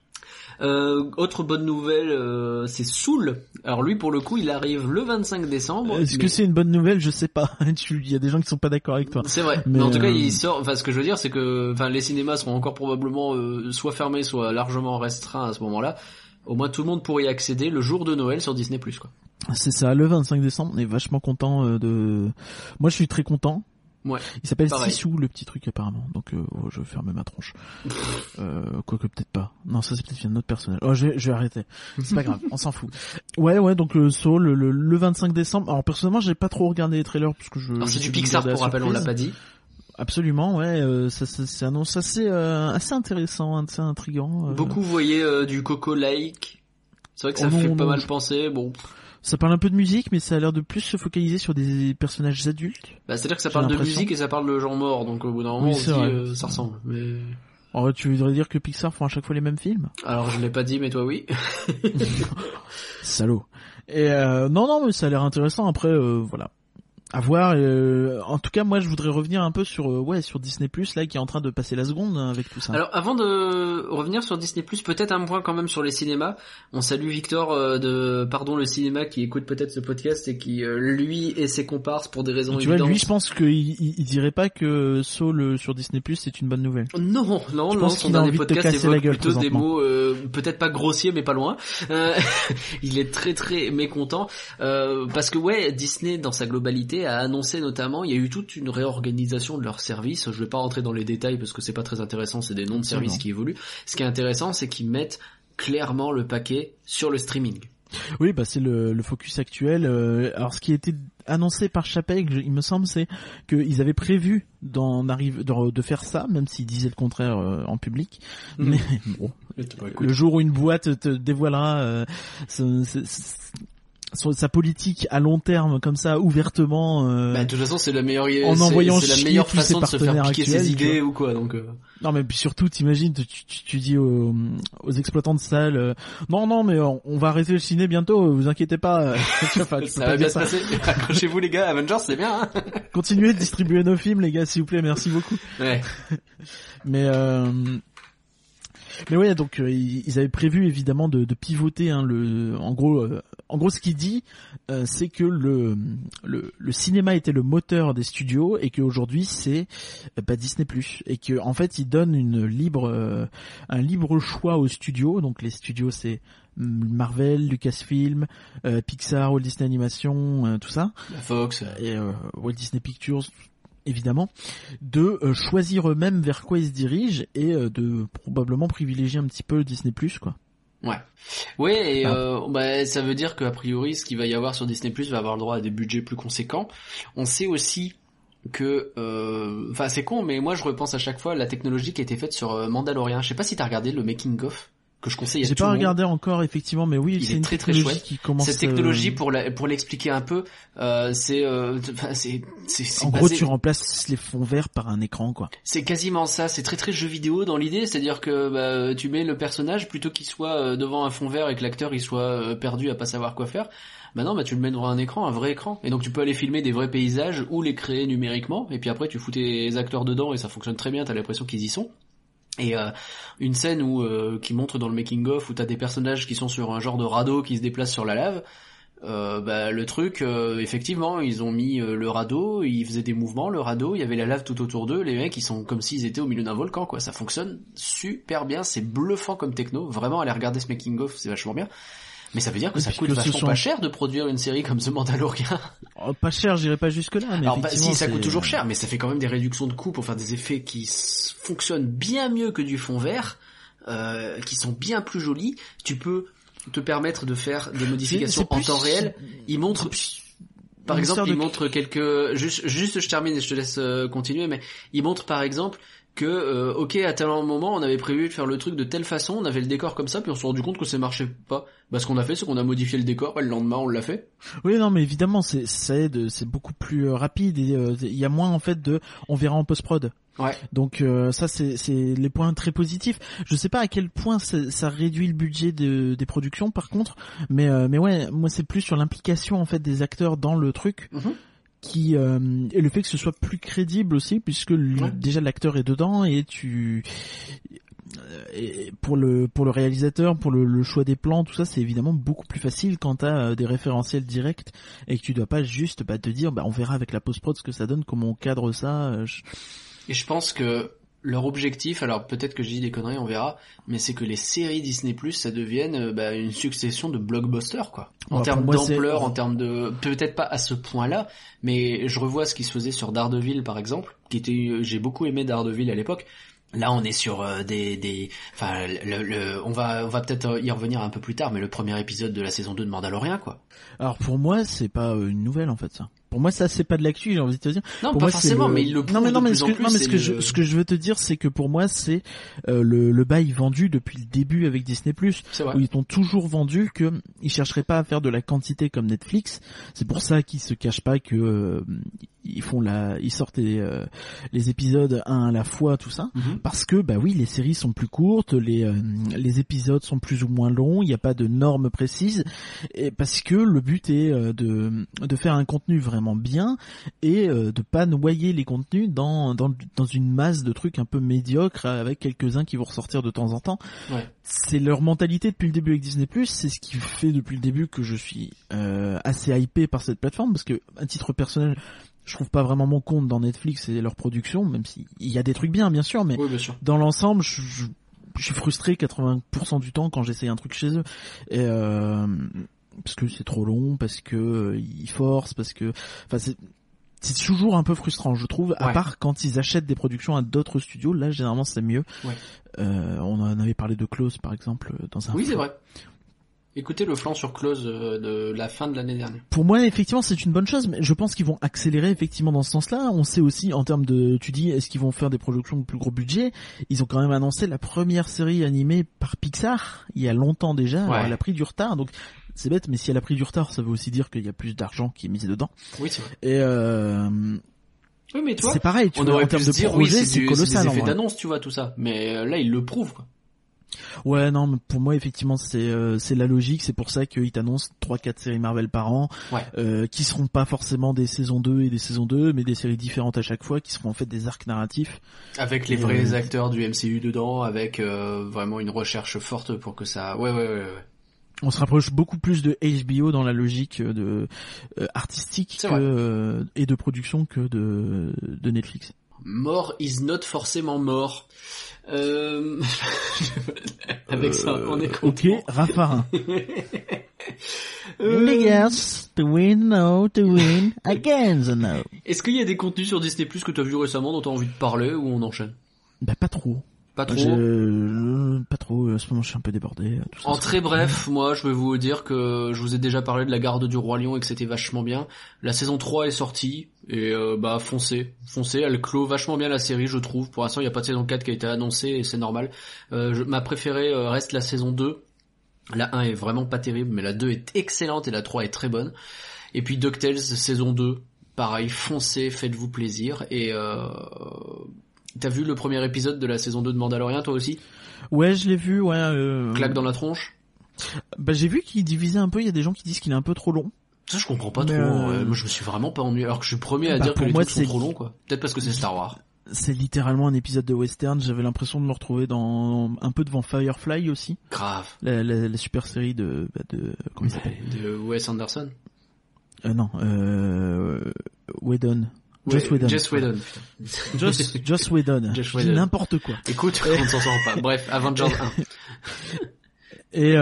Autre bonne nouvelle, c'est Soul. Alors lui, pour le coup, il arrive le 25 décembre. Est-ce mais- que c'est une bonne nouvelle? Je sais pas. Il y a des gens qui sont pas d'accord avec toi. C'est vrai. Mais en tout cas, il sort. Enfin, ce que je veux dire, c'est que, enfin, les cinémas seront encore probablement soit fermés, soit largement restreints à ce moment-là. Au moins, tout le monde pourrait y accéder le jour de Noël sur Disney+, quoi. C'est ça, le 25 décembre. On est vachement content de. Moi, je suis très content. Ouais. Il s'appelle Pareil. Sissou, le petit truc apparemment. Donc, je vais fermer ma tronche. Quoique peut-être pas. Non, ça c'est peut-être un autre personnage. Oh, je vais arrêter. C'est pas grave, on s'en fout. Ouais, donc Soul le 25 décembre. Alors personnellement, j'ai pas trop regardé les trailers parce que je. Alors c'est j'ai du voulu Pixar, garder la pour rappel, on l'a surprise. pas dit. Absolument, ouais. Ça c'est annonce assez intéressant, assez intriguant. Beaucoup voyaient du Coco Like. C'est vrai que ça Oh non, fait non, pas mal je- penser. Bon, Ça parle un peu de musique, mais ça a l'air de plus se focaliser sur des personnages adultes. bah c'est-à-dire que ça J'ai parle de l'impression. musique et ça parle de gens morts. Donc au bout d'un moment, Oui, on se c'est dit vrai. ça ressemble. Mais Alors, tu voudrais dire que Pixar font à chaque fois les mêmes films? alors je l'ai pas dit, mais toi oui. Salaud. Et non, mais ça a l'air intéressant. Après, voilà. À voir. En tout cas, moi, je voudrais revenir un peu sur sur Disney Plus là, qui est en train de passer la seconde hein, avec tout ça. Alors avant de revenir sur Disney+, peut-être un point quand même sur les cinémas. On salue Victor de Pardon le cinéma qui écoute peut-être ce podcast et qui lui et ses comparses pour des raisons Tu vois, évidentes. lui, je pense qu'il dirait pas que Soul sur Disney Plus c'est une bonne nouvelle. Non, Je pense son qu'il a dernier envie de te podcast casser la évoque gueule plutôt des présentement. mots peut-être pas grossiers mais pas loin. Il est très très mécontent parce que ouais, Disney dans sa globalité a annoncé notamment, il y a eu toute une réorganisation de leurs services. Je vais pas rentrer dans les détails parce que c'est pas très intéressant, c'est des noms de services qui évoluent. Ce qui est intéressant, c'est qu'ils mettent clairement le paquet sur le streaming. Oui, bah c'est le focus actuel. Alors, ce qui a été annoncé par Chapek, il me semble, c'est qu'ils avaient prévu de faire ça, même s'ils disaient le contraire en public. Mais bon, le jour où une boîte te dévoilera sa politique à long terme comme ça ouvertement Bah, de toute façon, c'est la meilleure, en envoyant c'est la chier meilleure tous ses façon de se faire partenaires piquer actuels, ses tu vois. idées ou quoi. Donc non mais puis surtout t'imagines tu dis aux exploitants de salles non mais on va arrêter le ciné bientôt, vous inquiétez pas. Enfin, tu peux ça pas va bien dire se passer. Accrochez-vous les gars, Avengers c'est bien. Hein. Continuez de distribuer nos films les gars s'il vous plaît, merci beaucoup. Ouais. Mais ouais, donc ils avaient prévu évidemment de pivoter hein, en gros ce qu'il dit c'est que le cinéma était le moteur des studios et qu'aujourd'hui c'est Disney+ et que en fait ils donnent un libre choix aux studios. Donc les studios c'est Marvel, Lucasfilm, Pixar, Walt Disney Animation, tout ça. La Fox. Et Walt Disney Pictures évidemment, de choisir eux-mêmes vers quoi ils se dirigent et de probablement privilégier un petit peu le Disney+, quoi. Ouais. Ouais, et bah, ça veut dire qu'a priori, ce qu'il va y avoir sur Disney+, va avoir le droit à des budgets plus conséquents. On sait aussi que, enfin, c'est con, mais moi, je repense à chaque fois à la technologie qui a été faite sur Mandalorian. Je sais pas si t'as regardé le making of que je conseille à tout J'ai le pas monde. regardé encore effectivement, mais oui, Il c'est est une très, très technologie chouette. qui commence. Cette technologie, pour l'expliquer un peu, c'est en gros, tu remplaces les fonds verts par un écran, quoi. C'est quasiment ça, c'est très très jeu vidéo dans l'idée, c'est-à-dire que bah, tu mets le personnage plutôt qu'il soit devant un fond vert et que l'acteur il soit perdu à pas savoir quoi faire. Bah non, bah tu le mets devant un écran, un vrai écran, et donc tu peux aller filmer des vrais paysages ou les créer numériquement, et puis après tu fous tes acteurs dedans et ça fonctionne très bien, t'as l'impression qu'ils y sont. Et une scène où qui montre dans le making of où t'as des personnages qui sont sur un genre de radeau qui se déplace sur la lave. le truc, effectivement, ils ont mis le radeau, ils faisaient des mouvements, le radeau, il y avait la lave tout autour d'eux, les mecs ils sont comme s'ils étaient au milieu d'un volcan, quoi. Ça fonctionne super bien, c'est bluffant comme techno, vraiment aller regarder ce making of, c'est vachement bien. Mais ça veut dire que ça coûte vachement pas cher de produire une série comme The Mandalorian. Oh, pas cher, j'irai pas jusque là, mais alors si, ça coûte toujours cher, mais ça fait quand même des réductions de coûts pour faire des effets qui fonctionnent bien mieux que du fond vert, qui sont bien plus jolis. Tu peux te permettre de faire des modifications en temps réel. Il montre, par exemple, il montre quelques, juste je termine et je te laisse continuer, mais il montre par exemple que, ok, à tel moment, on avait prévu de faire le truc de telle façon, on avait le décor comme ça, puis on s'est rendu compte que ça marchait pas. Bah, ce qu'on a fait, c'est qu'on a modifié le décor, et le lendemain, on l'a fait. Oui, non, mais évidemment, ça aide, c'est beaucoup plus rapide, et il y a moins, en fait, on verra en post-prod. Ouais. Donc, ça, c'est les points très positifs. Je sais pas à quel point ça réduit le budget des productions, par contre, mais ouais, moi, c'est plus sur l'implication, en fait, des acteurs dans le truc. Mm-hmm. Et le fait que ce soit plus crédible aussi, puisque déjà l'acteur est dedans et et pour le réalisateur, pour le choix des plans, tout ça, c'est évidemment beaucoup plus facile quand t'as des référentiels directs et que tu dois pas juste te dire on verra avec la post-prod ce que ça donne, comment on cadre ça. Et je pense que leur objectif, alors peut-être que je dis des conneries, on verra, mais c'est que les séries Disney+, ça devienne une succession de blockbusters, quoi. En termes d'ampleur, en termes de... Peut-être pas à ce point-là, mais je revois ce qui se faisait sur Daredevil, par exemple, j'ai beaucoup aimé Daredevil à l'époque. Là, on est sur on va peut-être y revenir un peu plus tard, mais le premier épisode de la saison 2 de Mandalorian, quoi. Alors pour moi, c'est pas une nouvelle, en fait, ça. Pour moi, ça, c'est pas de l'actu, j'ai envie de te dire. Non, pour pas moi, forcément, mais il le prouve de plus en plus. Non, mais ce que je veux te dire, c'est que pour moi, c'est le bail vendu depuis le début avec Disney+. C'est vrai. Où ils t'ont toujours vendu que ils chercheraient pas à faire de la quantité comme Netflix. C'est pour ça qu'ils se cachent pas que ils sortent les épisodes un à la fois, tout ça. Mm-hmm. Parce que oui, les séries sont plus courtes, les épisodes sont plus ou moins longs, il n'y a pas de normes précises, et parce que le but est de faire un contenu vraiment bien et de pas noyer les contenus dans une masse de trucs un peu médiocres avec quelques-uns qui vont ressortir de temps en temps. Ouais. C'est leur mentalité depuis le début avec Disney+, c'est ce qui fait depuis le début que je suis assez hypé par cette plateforme, parce que à titre personnel, je trouve pas vraiment mon compte dans Netflix et leur production, même s'il y a des trucs bien sûr, mais oui, bien sûr. Dans l'ensemble, je suis frustré 80% du temps quand j'essaye un truc chez eux. Et parce que c'est trop long, parce que ils forcent, parce que c'est toujours un peu frustrant, je trouve, à part quand ils achètent des productions à d'autres studios. Là, généralement, c'est mieux. Ouais. On en avait parlé de Close, par exemple, dans un Oui, c'est vrai. Écoutez le flanc sur Close de la fin de l'année dernière. Pour moi, effectivement, c'est une bonne chose, mais je pense qu'ils vont accélérer effectivement dans ce sens-là. On sait aussi, en termes de, tu dis, est-ce qu'ils vont faire des productions de plus gros budget? Ils ont quand même annoncé la première série animée par Pixar, il y a longtemps déjà. Alors, elle a pris du retard, donc c'est bête, mais si elle a pris du retard, ça veut aussi dire qu'il y a plus d'argent qui est mis dedans. Oui, c'est vrai. Et oui, mais toi, c'est pareil, tu on vois, aurait en termes de dire, projet, oui, c'est colossal. C'est des effets d'annonce, tu vois, tout ça. Mais là, ils le prouvent, quoi. Ouais, non, mais pour moi, effectivement, c'est la logique. C'est pour ça qu'ils t'annoncent 3-4 séries Marvel par an, qui seront pas forcément des saisons 2 et des saisons 2, mais des séries différentes à chaque fois, qui seront en fait des arcs narratifs. Avec les vrais acteurs du MCU dedans, avec vraiment une recherche forte pour que ça... Ouais. On se rapproche beaucoup plus de HBO dans la logique de artistique et de production que de Netflix. More is not forcément mort. Avec ça, on est content. Ok, Raffarin. Yes, to win, no, to win, against no. Est-ce qu'il y a des contenus sur Disney Plus que tu as vu récemment dont tu as envie de parler, ou on enchaîne? Pas trop. Pas trop. Pas trop. À ce moment, je suis un peu débordé. Tout ça, en très bref, moi, je vais vous dire que je vous ai déjà parlé de la Garde du Roi Lion et que c'était vachement bien. La saison 3 est sortie et foncez. Elle clôt vachement bien la série, je trouve. Pour l'instant, il n'y a pas de saison 4 qui a été annoncée et c'est normal. Ma préférée reste la saison 2. La 1 est vraiment pas terrible, mais la 2 est excellente et la 3 est très bonne. Et puis DuckTales saison 2, pareil, foncez, faites-vous plaisir et t'as vu le premier épisode de la saison 2 de Mandalorian, toi aussi? Ouais, je l'ai vu, Claque dans la tronche? J'ai vu qu'il divisait un peu, il y a des gens qui disent qu'il est un peu trop long. Ça, je comprends pas trop. Moi, je me suis vraiment pas ennuyé, alors que je suis le premier à dire que les trucs sont trop longs, quoi. Peut-être parce que c'est Star Wars. C'est littéralement un épisode de western. J'avais l'impression de me retrouver un peu devant Firefly aussi. Grave. La super série de comment il s'appelle? De Wes Anderson. Non, Whedon. Joss Whedon. Joss Whedon. Je dis n'importe quoi. Écoute, on ne s'en sort pas. Bref, Avengers 1. Et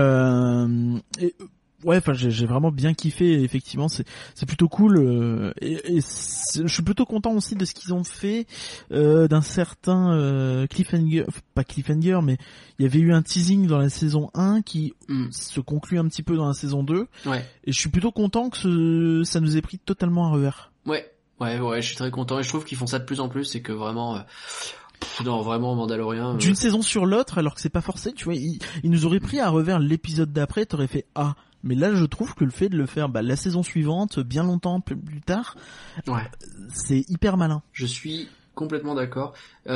ouais, enfin j'ai vraiment bien kiffé. Effectivement, c'est plutôt cool. Et je suis plutôt content aussi de ce qu'ils ont fait d'un certain cliffhanger, pas cliffhanger, mais il y avait eu un teasing dans la saison 1 qui se conclut un petit peu dans la saison 2. Ouais. Et je suis plutôt content que ça nous ait pris totalement à revers. Ouais, je suis très content et je trouve qu'ils font ça de plus en plus. C'est que vraiment. Non, vraiment, Mandalorian. D'une saison sur l'autre, alors que c'est pas forcé, tu vois, il nous aurait pris à revers l'épisode d'après, t'aurais fait ah. Mais là, je trouve que le fait de le faire la saison suivante, bien longtemps plus tard, c'est hyper malin. Je suis complètement d'accord.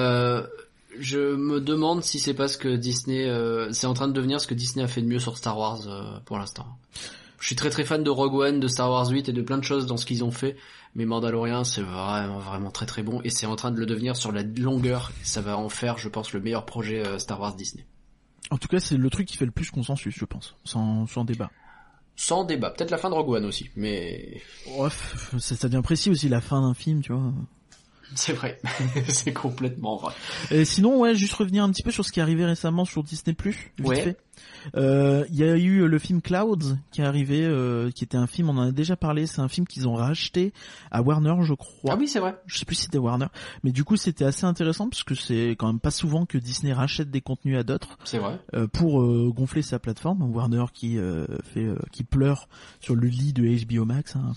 Je me demande si c'est pas ce que Disney, c'est en train de devenir ce que Disney a fait de mieux sur Star Wars pour l'instant. Je suis très très fan de Rogue One, de Star Wars 8 et de plein de choses dans ce qu'ils ont fait. Mais Mandalorian, c'est vraiment très très bon et c'est en train de le devenir sur la longueur. Et ça va en faire, je pense, le meilleur projet Star Wars Disney. En tout cas, c'est le truc qui fait le plus consensus, je pense, sans débat. Sans débat, peut-être la fin de Rogue One aussi, mais... Ouais, ça devient précis aussi, la fin d'un film, tu vois. C'est vrai, c'est complètement vrai. Et sinon, ouais, juste revenir un petit peu sur ce qui est arrivé récemment sur Disney+, vite fait. Il y a eu le film Clouds qui est arrivé, qui était un film, on en a déjà parlé, c'est un film qu'ils ont racheté à Warner, je crois. Ah oui, c'est vrai. Je sais plus si c'était Warner, mais du coup c'était assez intéressant parce que c'est quand même pas souvent que Disney rachète des contenus à d'autres. C'est vrai. Pour gonfler sa plateforme. Warner qui qui pleure sur le lit de HBO Max. Hein,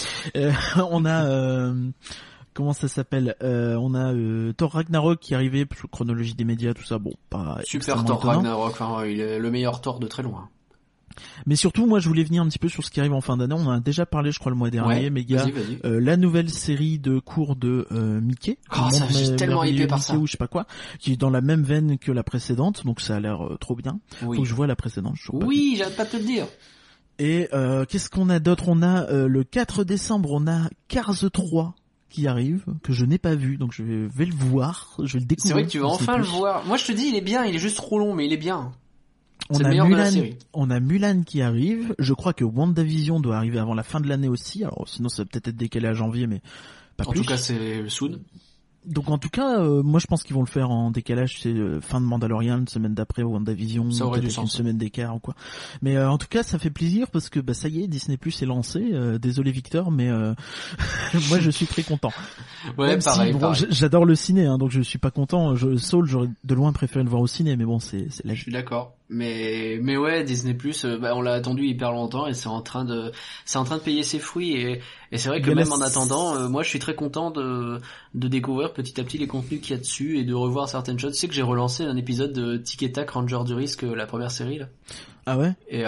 on a comment ça s'appelle on a Thor Ragnarok qui est arrivé, chronologie des médias, tout ça, bon, pas super Thor étonnant. Ragnarok, enfin, il est le meilleur Thor de très loin. Mais surtout, moi, je voulais venir un petit peu sur ce qui arrive en fin d'année. On en a déjà parlé, je crois, le mois dernier, mais il y a la nouvelle série de cours de Mickey. Ça, j'ai tellement hypé par ça. Ou je sais pas quoi, qui est dans la même veine que la précédente, donc ça a l'air trop bien. Oui. Faut que je vois la précédente. Oui, j'arrête pas de te le dire. Et qu'est-ce qu'on a d'autre? On a le 4 décembre, on a Cars 3 qui arrive, que je n'ai pas vu, donc je vais le voir, je vais le découvrir. C'est vrai que tu vas enfin le voir. Moi je te dis, il est bien, il est juste trop long, mais il est bien. C'est le meilleur de la série. On a Mulan qui arrive, je crois que WandaVision doit arriver avant la fin de l'année aussi, alors sinon ça va peut-être être décalé à janvier, mais pas plus. En tout cas c'est soon. Donc en tout cas, moi je pense qu'ils vont le faire en décalage, c'est fin de Mandalorian, une semaine d'après WandaVision, ça aurait peut-être une semaine d'écart ou quoi. Mais en tout cas, ça fait plaisir parce que ça y est, Disney+ est lancé. Désolé Victor, mais moi je suis très content. Ouais, même pareil. Si, bon, j'adore le ciné, hein, donc je suis pas content. Saul, j'aurais de loin préféré le voir au ciné, mais bon, c'est la vie. Je suis d'accord. Mais ouais, Disney+, on l'a attendu hyper longtemps et c'est en train de payer ses fruits et c'est vrai que même en attendant, moi je suis très content de découvrir petit à petit les contenus qu'il y a dessus et de revoir certaines choses. Tu sais que j'ai relancé un épisode de Tic et Tac Ranger du Risque, la première série là. Ah ouais? Et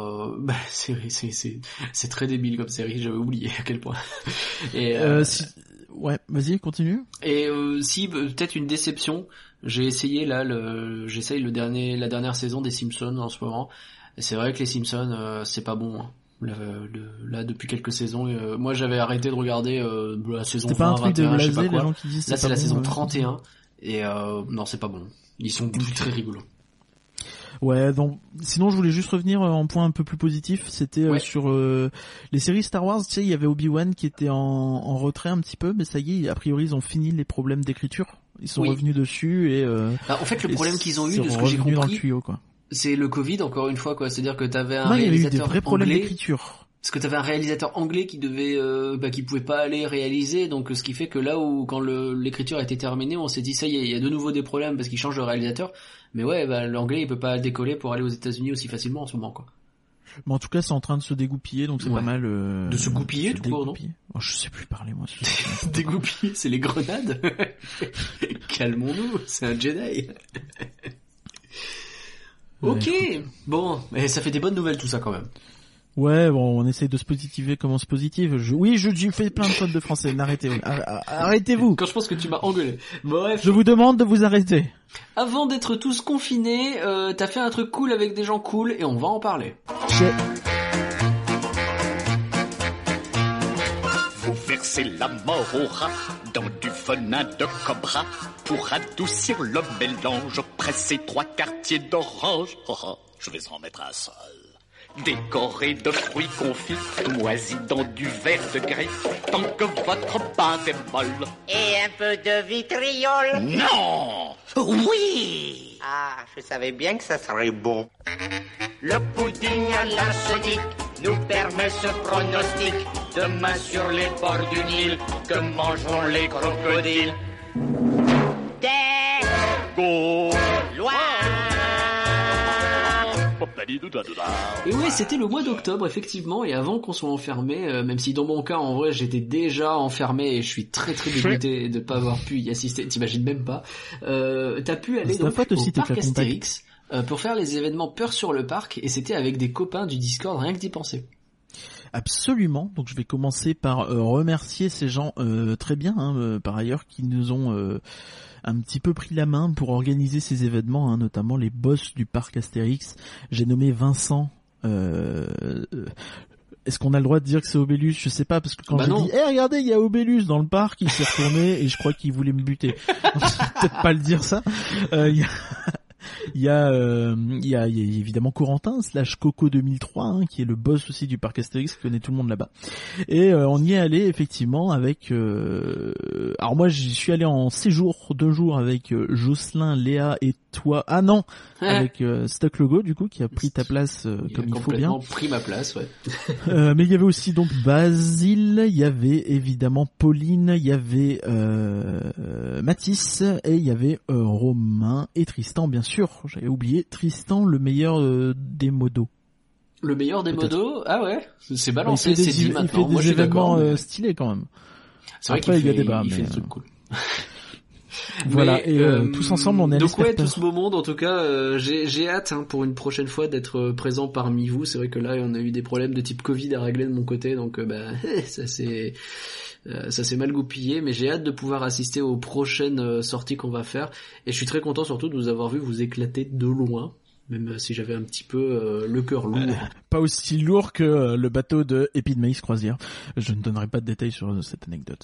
c'est très débile comme série, j'avais oublié à quel point. Et ouais, vas-y, continue. Et si peut-être une déception, j'essaye la dernière saison des Simpsons en ce moment. Et c'est vrai que les Simpsons c'est pas bon. Hein. Là depuis quelques saisons, moi j'avais arrêté de regarder la saison 20, 21, je sais pas quoi. Là c'est la saison 31 et non, c'est pas bon. Ils sont plus très rigolos. Ouais, donc sinon je voulais juste revenir en point un peu plus positif, c'était sur les séries Star Wars. Tu sais, il y avait Obi-Wan qui était en retrait un petit peu, mais ça y est, a priori ils ont fini les problèmes d'écriture. Ils sont revenus dessus et en fait le problème qu'ils ont eu, de ce que j'ai compris, dans le tuyau, quoi. C'est le Covid encore une fois, quoi. C'est-à-dire que t'avais un réalisateur réalisateur il y avait eu des vrais problèmes anglais, d'écriture. Parce que t'avais un réalisateur anglais qui devait, qui pouvait pas aller réaliser, donc ce qui fait que là où quand l'écriture a été terminée, on s'est dit ça y est, il y a de nouveau des problèmes parce qu'il change de réalisateur. Mais ouais, l'anglais il peut pas décoller pour aller aux États-Unis aussi facilement en ce moment, quoi. Mais en tout cas, c'est en train de se dégoupiller, donc c'est pas mal. De se goupiller tout court, non? Oh, je sais plus parler moi. Dégoupiller, c'est les grenades. Calmons-nous, c'est un Jedi. Ok, bon, mais ça fait des bonnes nouvelles tout ça quand même. Ouais, bon, on essaye de se positiver comme on se positive. Je fais plein de fautes de français. Arrêtez-vous. Quand je pense que tu m'as engueulé. Bref. Je vous demande de vous arrêter. Avant d'être tous confinés, t'as fait un truc cool avec des gens cool et on va en parler. Faut faire verser la mort au rat dans du venin de cobra. Pour adoucir le mélange, presser 3 quartiers d'orange. Oh, oh, je vais en mettre un seul. Décoré de fruits confits, moisis dans du verre de grès, tant que votre pâte est molle. Et un peu de vitriol. Non! Oui! Ah, je savais bien que ça serait bon. Le pudding à l'arsenic nous permet ce pronostic. Demain sur les bords du Nil, que mangeront les crocodiles? Des Gaulois! Et ouais, c'était le mois d'octobre effectivement, et avant qu'on soit enfermé, même si dans mon cas en vrai j'étais déjà enfermé et je suis très très dégoûté de pas avoir pu y assister, t'imagines même pas. T'as pu aller donc au parc Astérix pour faire les événements Peur sur le parc, et c'était avec des copains du Discord, rien que d'y penser. Absolument. Donc je vais commencer par remercier ces gens très bien, par ailleurs, qui nous ont un petit peu pris la main pour organiser ces événements, notamment les boss du parc Astérix. J'ai nommé Vincent. Est-ce qu'on a le droit de dire que c'est Obélus? Je sais pas, parce que quand j'ai dit regardez, il y a Obélus dans le parc, il s'est retourné et je crois qu'il voulait me buter. Peut-être pas le dire ça. Il y a évidemment Corentin / Coco 2003 qui est le boss aussi du parc Astérix, qui connaît tout le monde là-bas. Et on y est allé effectivement avec alors moi j'y suis allé en séjour 2 jours avec Jocelyn, Léa et toi. Ah non, avec Stock Logo du coup qui a pris ta place comme il faut bien. Complètement pris ma place, ouais. Mais il y avait aussi donc Basile, il y avait évidemment Pauline, il y avait Mathis et il y avait Romain et Tristan bien sûr. J'avais oublié Tristan, le meilleur des modos. Le meilleur des modos? Ah ouais, c'est balancé, c'est dit maintenant. Il fait des moi, événements stylés quand même. C'est vrai après, qu'il fait des trucs cool. Voilà, et tous ensemble on est allés. Donc ouais, tout ce beau monde, en tout cas, j'ai hâte pour une prochaine fois d'être présent parmi vous. C'est vrai que là, on a eu des problèmes de type Covid à régler de mon côté, donc ça s'est mal goupillé, mais j'ai hâte de pouvoir assister aux prochaines sorties qu'on va faire, et je suis très content surtout de vous avoir vu vous éclater de loin, même si j'avais un petit peu le cœur lourd. Pas aussi lourd que le bateau de Épi de Maïs Croisière. Je ne donnerai pas de détails sur cette anecdote.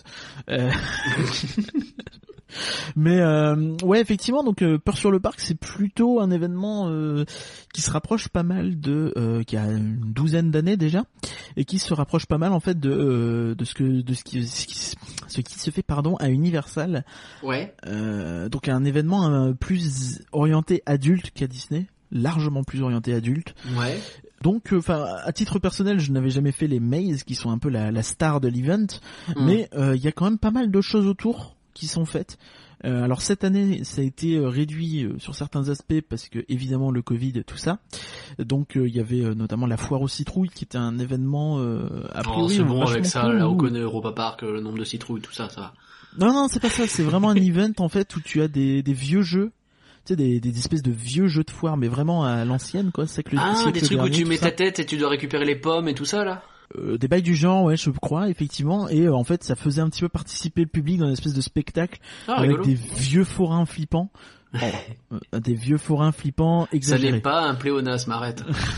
Mais ouais, effectivement, donc Peur sur le parc, c'est plutôt un événement qui se rapproche pas mal qui a une douzaine d'années déjà, et qui se rapproche pas mal en fait de ce qui se fait à Universal. Ouais. Donc un événement plus orienté adulte qu'à Disney, largement plus orienté adulte. Ouais. Donc, à titre personnel, je n'avais jamais fait les mazes, qui sont un peu la star de l'event, mais il y a quand même pas mal de choses autour qui sont faites. Alors cette année, ça a été réduit sur certains aspects parce que évidemment le Covid et tout ça. Donc il y avait notamment la foire aux citrouilles qui était un événement a priori c'est bon avec ça, cool, là on connaît Europa Park, le nombre de citrouilles, tout ça, ça va. Non, c'est pas ça, c'est vraiment un event en fait où tu as des vieux jeux. Tu sais, des espèces de vieux jeux de foire, mais vraiment à l'ancienne, quoi. C'est que des trucs où tu mets ta tête et tu dois récupérer les pommes et tout ça, là. Des bails du genre, ouais, je crois, effectivement. Et en fait, ça faisait un petit peu participer le public dans une espèce de spectacle avec rigolo. des vieux forains flippants. Des vieux forains flippants exagérés. Ça n'est pas un pléonasme, arrête.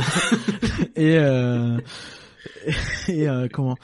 et comment...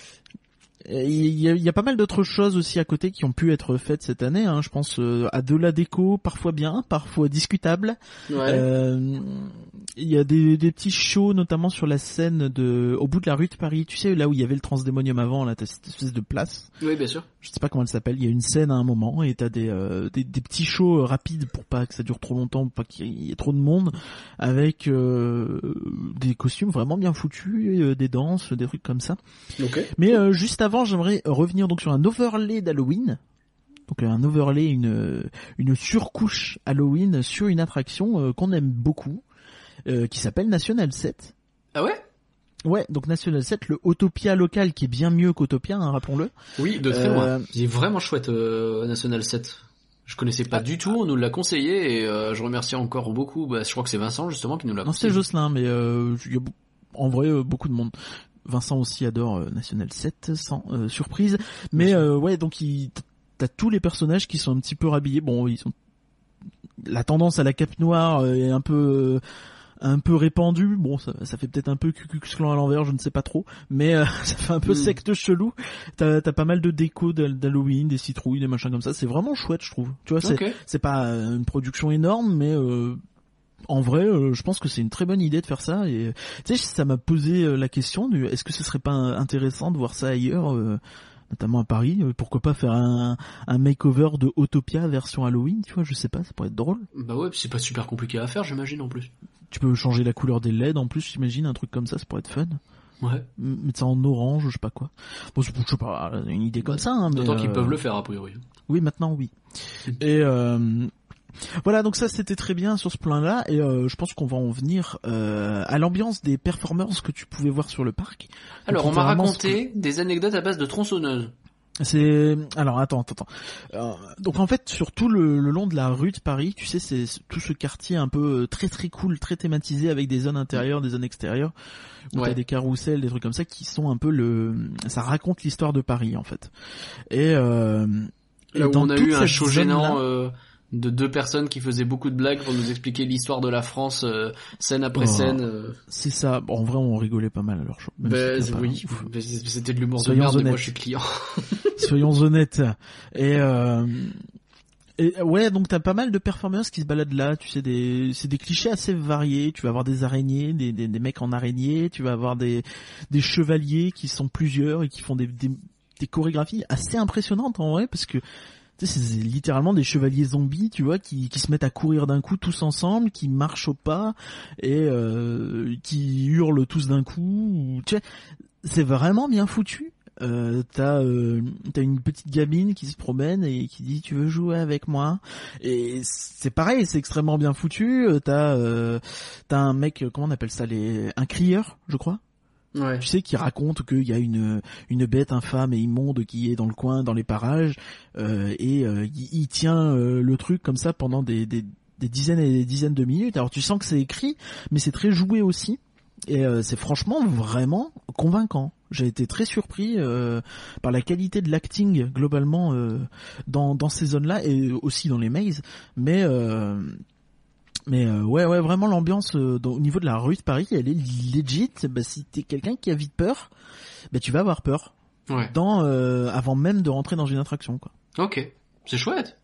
Il y a pas mal d'autres choses aussi à côté qui ont pu être faites cette année, je pense à de la déco, parfois bien, parfois discutable. Ouais. Il y a des petits shows, notamment sur la scène au bout de la rue de Paris, tu sais, là où il y avait le Transdémonium avant, là t'as cette espèce de place. Oui, bien sûr. Je sais pas comment elle s'appelle, il y a une scène à un moment et t'as des petits shows rapides pour pas que ça dure trop longtemps, pour pas qu'il y ait trop de monde, avec des costumes vraiment bien foutus, des danses, des trucs comme ça. Okay. Mais juste avant, j'aimerais revenir donc sur un overlay d'Halloween. Donc un overlay, une surcouche Halloween sur une attraction qu'on aime beaucoup, qui s'appelle National 7. Ah ouais? Ouais, donc National 7, le Autopia local qui est bien mieux qu'Autopia, rappelons-le. Oui, de très loin. C'est vraiment chouette National 7. Je connaissais pas du tout, on nous l'a conseillé et je remercie encore beaucoup. Je crois que c'est Vincent justement qui nous l'a conseillé. Non, c'est Jocelyn, mais il y a en vrai beaucoup de monde. Vincent aussi adore National 7 sans surprise, mais ouais, donc t'as tous les personnages qui sont un petit peu rhabillés. Bon, ils sont la tendance à la cape noire est un peu un peu répandu. Bon, ça fait peut-être un peu Ku Klux Klan à l'envers, je ne sais pas trop, mais ça fait un peu secte chelou. T'as pas mal de déco d'Halloween, des citrouilles, des machins comme ça. C'est vraiment chouette, je trouve. Tu vois, c'est pas une production énorme, mais en vrai, je pense que c'est une très bonne idée de faire ça. Et tu sais, ça m'a posé la question est-ce que ce serait pas intéressant de voir ça ailleurs, notamment à Paris. Pourquoi pas faire un makeover de Autopia version Halloween, tu vois, je sais pas, ça pourrait être drôle. Bah ouais, c'est pas super compliqué à faire, j'imagine, en plus. Tu peux changer la couleur des LED en plus, j'imagine, un truc comme ça pourrait être fun. Ouais. Mettre ça en orange, je sais pas quoi. Bon, je sais pas, une idée comme ça, hein, mais d'autant qu'ils peuvent le faire, a priori. Oui, maintenant, oui. Et voilà, donc ça c'était très bien sur ce plan-là, et je pense qu'on va en venir à l'ambiance des performances que tu pouvais voir sur le parc. Alors, donc, on m'a raconté des anecdotes à base de tronçonneuses. Alors attends. Donc en fait sur tout le long de la rue de Paris, tu sais, c'est tout ce quartier un peu très très cool, très thématisé avec des zones intérieures, des zones extérieures, où t'as des carrousels, des trucs comme ça qui sont un peu ça raconte l'histoire de Paris en fait. Et là où on a eu un show gênant de 2 personnes qui faisaient beaucoup de blagues pour nous expliquer l'histoire de la France, scène après scène. C'est ça. Bon, en vrai, on rigolait pas mal à leur show. Oui, c'était de l'humour de merde, et moi je suis client. Soyons honnêtes. Et ouais, donc t'as pas mal de performers qui se baladent là, tu sais, c'est des clichés assez variés. Tu vas avoir des araignées, des mecs en araignée, tu vas avoir des chevaliers qui sont plusieurs et qui font des chorégraphies assez impressionnantes en vrai, parce que tu sais, c'est littéralement des chevaliers zombies, tu vois, qui se mettent à courir d'un coup tous ensemble, qui marchent au pas et qui hurlent tous d'un coup. Tu sais, c'est vraiment bien foutu. T'as une petite gamine qui se promène et qui dit tu veux jouer avec moi, et c'est pareil, c'est extrêmement bien foutu. T'as un mec, comment on appelle ça, un crieur, je crois. Ouais. Tu sais, qui raconte qu'il y a une bête infâme et immonde qui est dans le coin, dans les parages, et il tient le truc comme ça pendant des dizaines et des dizaines de minutes. Alors tu sens que c'est écrit, mais c'est très joué aussi, et c'est franchement vraiment convaincant. J'ai été très surpris par la qualité de l'acting globalement dans ces zones-là, et aussi dans les mazes, mais ouais, vraiment l'ambiance au niveau de la rue de Paris, elle est legit. Bah, si t'es quelqu'un qui a vite peur, bah tu vas avoir peur. Ouais. Avant même de rentrer dans une attraction, quoi. Ok, c'est chouette.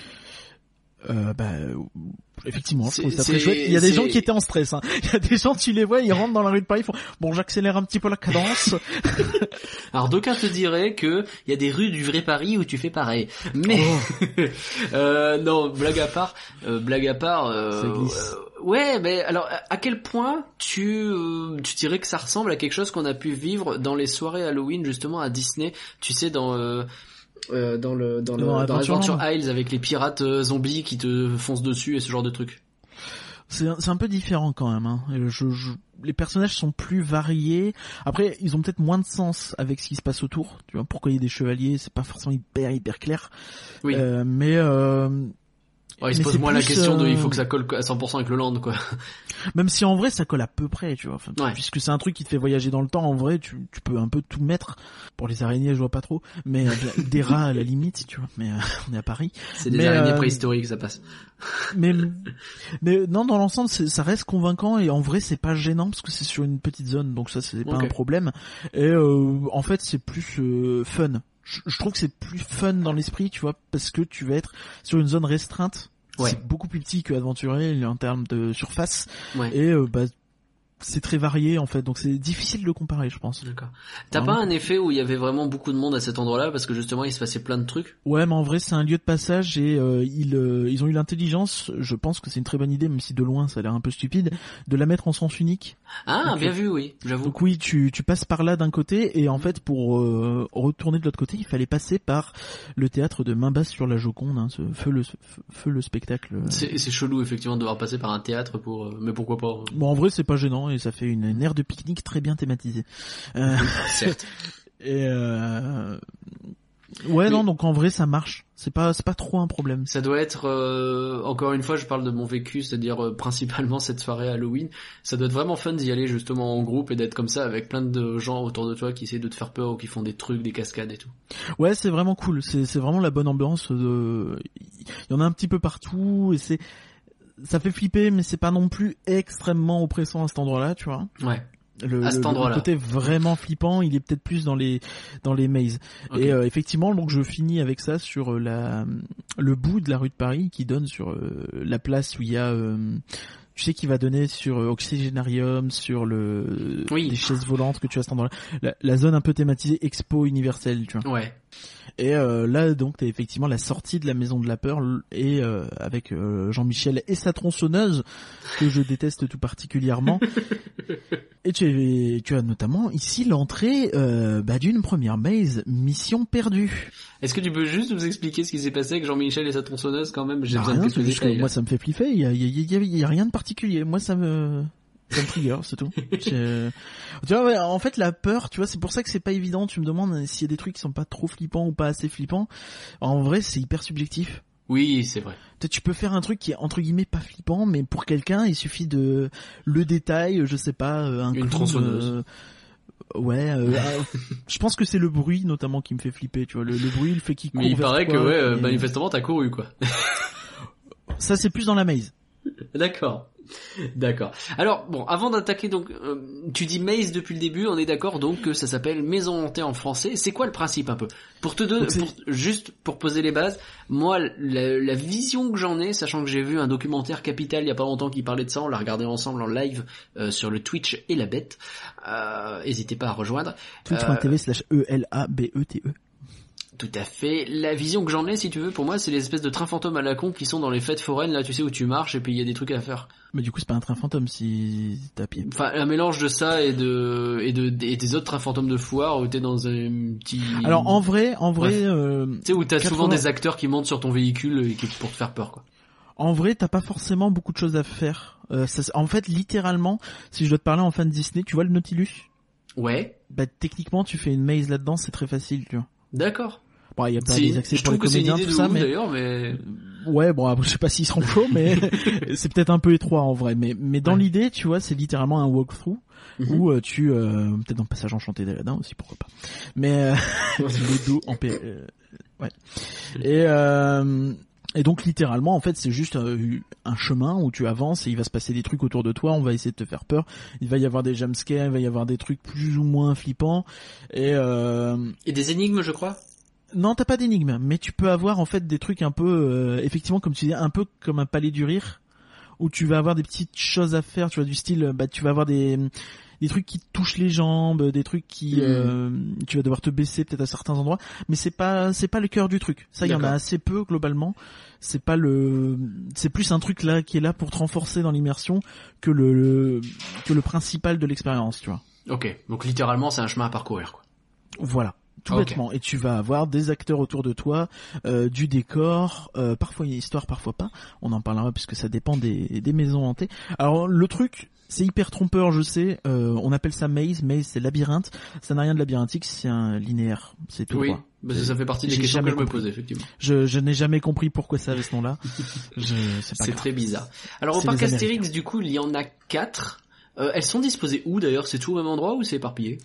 Effectivement, je trouve ça très chouette. Il y a des gens qui étaient en stress, hein. Il y a des gens, tu les vois, ils rentrent dans la rue de Paris, ils font bon, j'accélère un petit peu la cadence. Alors d'aucuns te diraient que il y a des rues du vrai Paris où tu fais pareil. Mais non, blague à part, ça glisse. Ouais, mais alors à quel point tu dirais que ça ressemble à quelque chose qu'on a pu vivre dans les soirées Halloween justement à Disney, tu sais, dans Adventure Isles, avec les pirates zombies qui te foncent dessus et ce genre de trucs. C'est un peu différent quand même, hein. Les personnages sont plus variés. Après, ils ont peut-être moins de sens avec ce qui se passe autour. Tu vois, pourquoi il y a des chevaliers, c'est pas forcément hyper clair. Oui. Ouais, il se pose moins la question de il faut que ça colle à 100% avec le land, quoi. Même si en vrai ça colle à peu près, tu vois. Enfin, ouais. Puisque c'est un truc qui te fait voyager dans le temps, en vrai tu peux un peu tout mettre. Pour les araignées je vois pas trop, mais des rats à la limite, tu vois. Mais on est à Paris. C'est des araignées préhistoriques, ça passe. mais non, dans l'ensemble ça reste convaincant, et en vrai c'est pas gênant parce que c'est sur une petite zone, donc ça c'est pas un problème. Et en fait c'est plus fun. Je trouve que c'est plus fun dans l'esprit, tu vois, parce que tu vas être sur une zone restreinte. Ouais. C'est beaucoup plus petit que Adventure Isle en termes de surface. Ouais. Et c'est très varié en fait, donc c'est difficile de comparer, je pense. D'accord. T'as pas un effet où il y avait vraiment beaucoup de monde à cet endroit-là parce que justement il se passait plein de trucs? Ouais, mais en vrai c'est un lieu de passage, et ils ont eu l'intelligence, je pense que c'est une très bonne idée, même si de loin ça a l'air un peu stupide, de la mettre en sens unique. Ah, donc, bien vu, oui, j'avoue. Donc oui, tu passes par là d'un côté, et en fait pour retourner de l'autre côté, il fallait passer par le théâtre de Main Basse sur la Joconde, hein, ce feu le spectacle. C'est chelou effectivement de devoir passer par un théâtre mais pourquoi pas. Bon, en vrai c'est pas gênant, et ça fait une aire de pique-nique très bien thématisée. Certes. Et ouais, non, donc en vrai ça marche. C'est pas trop un problème. Ça doit être encore une fois, je parle de mon vécu, c'est-à-dire principalement cette soirée Halloween. Ça doit être vraiment fun d'y aller justement en groupe et d'être comme ça avec plein de gens autour de toi qui essaient de te faire peur ou qui font des trucs, des cascades et tout. Ouais, c'est vraiment cool. C'est vraiment la bonne ambiance. Il y en a un petit peu partout, et ça fait flipper, mais c'est pas non plus extrêmement oppressant à cet endroit-là, tu vois. Ouais. Le côté vraiment flippant, il est peut-être plus dans les mazes. Okay. Et effectivement, donc je finis avec ça sur le bout de la rue de Paris qui donne sur la place où il y a tu sais, qui va donner sur Oxygénarium, sur les chaises volantes que tu as à cet endroit-là. La zone un peu thématisée Expo universelle, tu vois. Ouais. Et là, donc, t'as effectivement la sortie de la Maison de la Peur et avec Jean-Michel et sa tronçonneuse que je déteste tout particulièrement. Et tu as notamment ici l'entrée d'une première maze, Mission Perdue. Est-ce que tu peux juste nous expliquer ce qui s'est passé avec Jean-Michel et sa tronçonneuse quand même? J'ai besoin rien, de quelques détails. Moi, ça me fait flipper. Il y a rien de particulier. Moi, ça me trigger, c'est tout. Tu vois, ouais, en fait, la peur, tu vois, c'est pour ça que c'est pas évident. Tu me demandes s'il y a des trucs qui sont pas trop flippants ou pas assez flippants. En vrai, c'est hyper subjectif. Oui, c'est vrai. Tu peux faire un truc qui est entre guillemets pas flippant, mais pour quelqu'un, il suffit de le détail, je sais pas, une tronçonneuse. Je pense que c'est le bruit notamment qui me fait flipper, tu vois, le bruit, le fait qu'il court. Mais il paraît que et... manifestement t'as couru quoi. Ça c'est plus dans la maze. D'accord. Alors bon, avant d'attaquer donc, tu dis maze depuis le début, on est d'accord donc que ça s'appelle maison hantée en français. C'est quoi le principe un peu? Juste pour poser les bases, moi la vision que j'en ai, sachant que j'ai vu un documentaire Capital il y a pas longtemps qui parlait de ça, on l'a regardé ensemble en live sur le Twitch et la bête. N'hésitez pas à rejoindre. Twitch.tv/ELABETE. Tout à fait. La vision que j'en ai, si tu veux, pour moi, c'est les espèces de trains fantômes à la con qui sont dans les fêtes foraines, là, tu sais, où tu marches et puis il y a des trucs à faire. Mais du coup, c'est pas un train fantôme si t'es à pied. Enfin, un mélange de ça et des autres trains fantômes de foire où t'es dans un petit... Alors, en vrai, tu sais, où t'as souvent des acteurs qui montent sur ton véhicule et pour te faire peur, quoi. En vrai, t'as pas forcément beaucoup de choses à faire. En fait, littéralement, si je dois te parler en fan Disney, tu vois le Nautilus? Ouais. Bah, techniquement, tu fais une maze là-dedans, c'est très facile, tu vois. D'accord. Bon, il y a pas des accès pour les comédiens, tout ça, mais d'ailleurs, mais ouais, bon, je sais pas s'ils seront chauds, mais c'est peut-être un peu étroit en vrai. Mais dans l'idée, tu vois, c'est littéralement un walkthrough où tu peut-être dans Passage Enchanté d'Aladin aussi, pourquoi pas. Mais le dos en ouais. Et donc littéralement, en fait, c'est juste un chemin où tu avances et il va se passer des trucs autour de toi. On va essayer de te faire peur. Il va y avoir des jumpscares, il va y avoir des trucs plus ou moins flippants et des énigmes, je crois. Non, t'as pas d'énigmes, mais tu peux avoir en fait des trucs un peu, effectivement, comme tu disais, un peu comme un palais du rire, où tu vas avoir des petites choses à faire, tu vois, du style, tu vas avoir des trucs qui te touchent les jambes, des trucs qui, tu vas devoir te baisser peut-être à certains endroits, mais c'est pas le cœur du truc. Ça, il y en a assez peu globalement. C'est plus un truc là qui est là pour te renforcer dans l'immersion que le principal de l'expérience, tu vois. Ok, donc littéralement c'est un chemin à parcourir, quoi. Voilà. Tout bêtement. Et tu vas avoir des acteurs autour de toi, du décor, parfois il y a une histoire, parfois pas. On en parlera puisque ça dépend des maisons hantées. Alors le truc, c'est hyper trompeur, je sais. On appelle ça maze. Maze, c'est labyrinthe. Ça n'a rien de labyrinthique, c'est un linéaire. C'est tout droit. Bah ça fait partie des questions que je me posais, effectivement. Je n'ai jamais compris pourquoi ça avait ce nom-là. C'est très bizarre. Alors au parc Astérix, du coup, il y en a 4. Elles sont disposées où d'ailleurs? C'est tout au même endroit ou c'est éparpillé?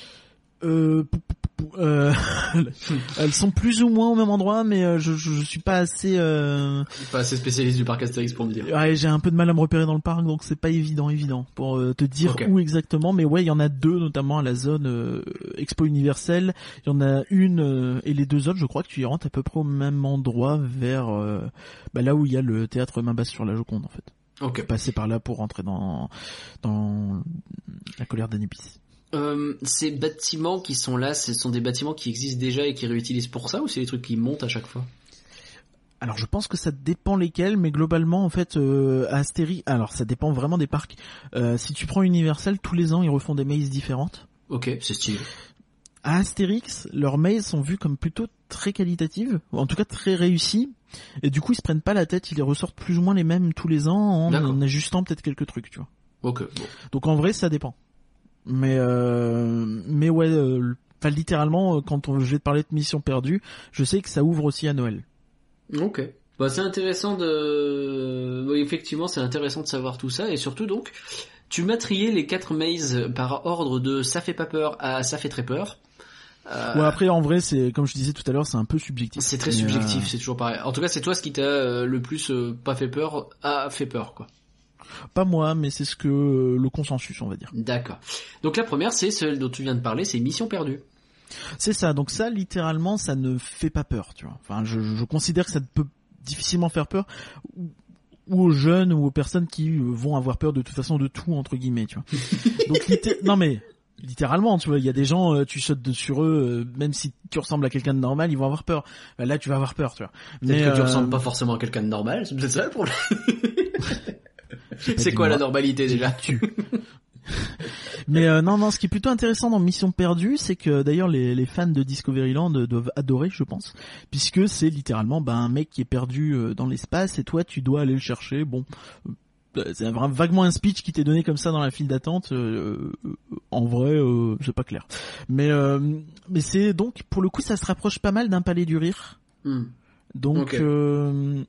Elles sont plus ou moins au même endroit, mais je suis pas assez spécialiste du parc Astérix pour me dire. Ouais, j'ai un peu de mal à me repérer dans le parc, donc c'est pas évident pour te dire où exactement. Mais ouais, il y en a 2 notamment à la zone Expo universelle. Il y en a une et les 2 autres, je crois que tu y rentres à peu près au même endroit, vers là où il y a le théâtre Main basse sur la Joconde en fait. Ok. Passer par là pour rentrer dans la colère d'Anubis. Ces bâtiments qui sont là, ce sont des bâtiments qui existent déjà et qui réutilisent pour ça, ou c'est des trucs qui montent à chaque fois? Alors je pense que ça dépend lesquels, mais globalement en fait à Astérix, alors ça dépend vraiment des parcs. Si tu prends Universal, tous les ans ils refont des mazes différentes. Ok, c'est stylé. À Astérix, leurs mazes sont vues comme plutôt très qualitatives, ou en tout cas très réussies, et du coup ils se prennent pas la tête, ils les ressortent plus ou moins les mêmes tous les ans en ajustant peut-être quelques trucs, tu vois. Ok. Bon. Donc en vrai ça dépend. Mais ouais, littéralement quand je vais te parler de Mission Perdue, je sais que ça ouvre aussi à Noël. Ok. Bah c'est intéressant effectivement c'est intéressant de savoir tout ça, et surtout donc tu m'as trié les 4 mazes par ordre de ça fait pas peur à ça fait très peur. Ouais, après en vrai c'est comme je disais tout à l'heure, c'est un peu subjectif. C'est très subjectif, c'est toujours pareil. En tout cas, c'est toi ce qui t'a le plus pas fait peur, a fait peur quoi. Pas moi, mais c'est ce que le consensus, on va dire. D'accord. Donc la première, c'est celle dont tu viens de parler, c'est Mission Perdue. C'est ça. Donc ça, littéralement, ça ne fait pas peur, tu vois. Enfin, je considère que ça peut difficilement faire peur, ou aux jeunes ou aux personnes qui vont avoir peur de toute façon de tout entre guillemets, tu vois. Donc non mais littéralement, tu vois, il y a des gens, tu sautes sur eux, même si tu ressembles à quelqu'un de normal, ils vont avoir peur. Là, tu vas avoir peur, tu vois. Peut-être que tu ressembles pas forcément à quelqu'un de normal, c'est peut-être ça le problème. C'est quoi la normalité déjà? Mais non, ce qui est plutôt intéressant dans Mission Perdue, c'est que d'ailleurs les fans de Discoveryland doivent adorer, je pense, puisque c'est littéralement un mec qui est perdu dans l'espace et toi tu dois aller le chercher. Bon, c'est vaguement un speech qui t'est donné comme ça dans la file d'attente. En vrai, c'est pas clair. Mais c'est donc pour le coup ça se rapproche pas mal d'un Palais du Rire. Donc okay.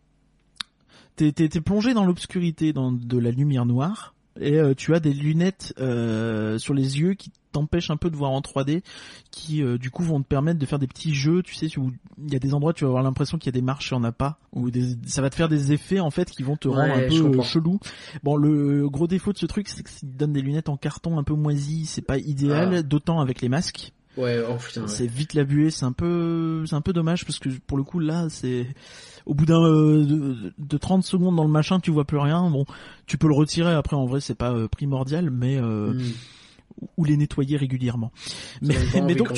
T'es plongé dans l'obscurité, dans de la lumière noire, et tu as des lunettes sur les yeux qui t'empêchent un peu de voir en 3D, qui du coup vont te permettre de faire des petits jeux, tu sais, où il y a des endroits où tu vas avoir l'impression qu'il y a des marches et il n'y en a pas, ou ça va te faire des effets en fait qui vont te rendre un peu chelou. Bon, le gros défaut de ce truc, c'est que s'il te donne des lunettes en carton un peu moisies, c'est pas idéal, d'autant avec les masques. Ouais, oh putain. C'est vite la buée, c'est un peu dommage parce que pour le coup là, c'est au bout de 30 secondes dans le machin, tu vois plus rien. Bon, tu peux le retirer après, en vrai c'est pas primordial, mais ou les nettoyer régulièrement. Mais donc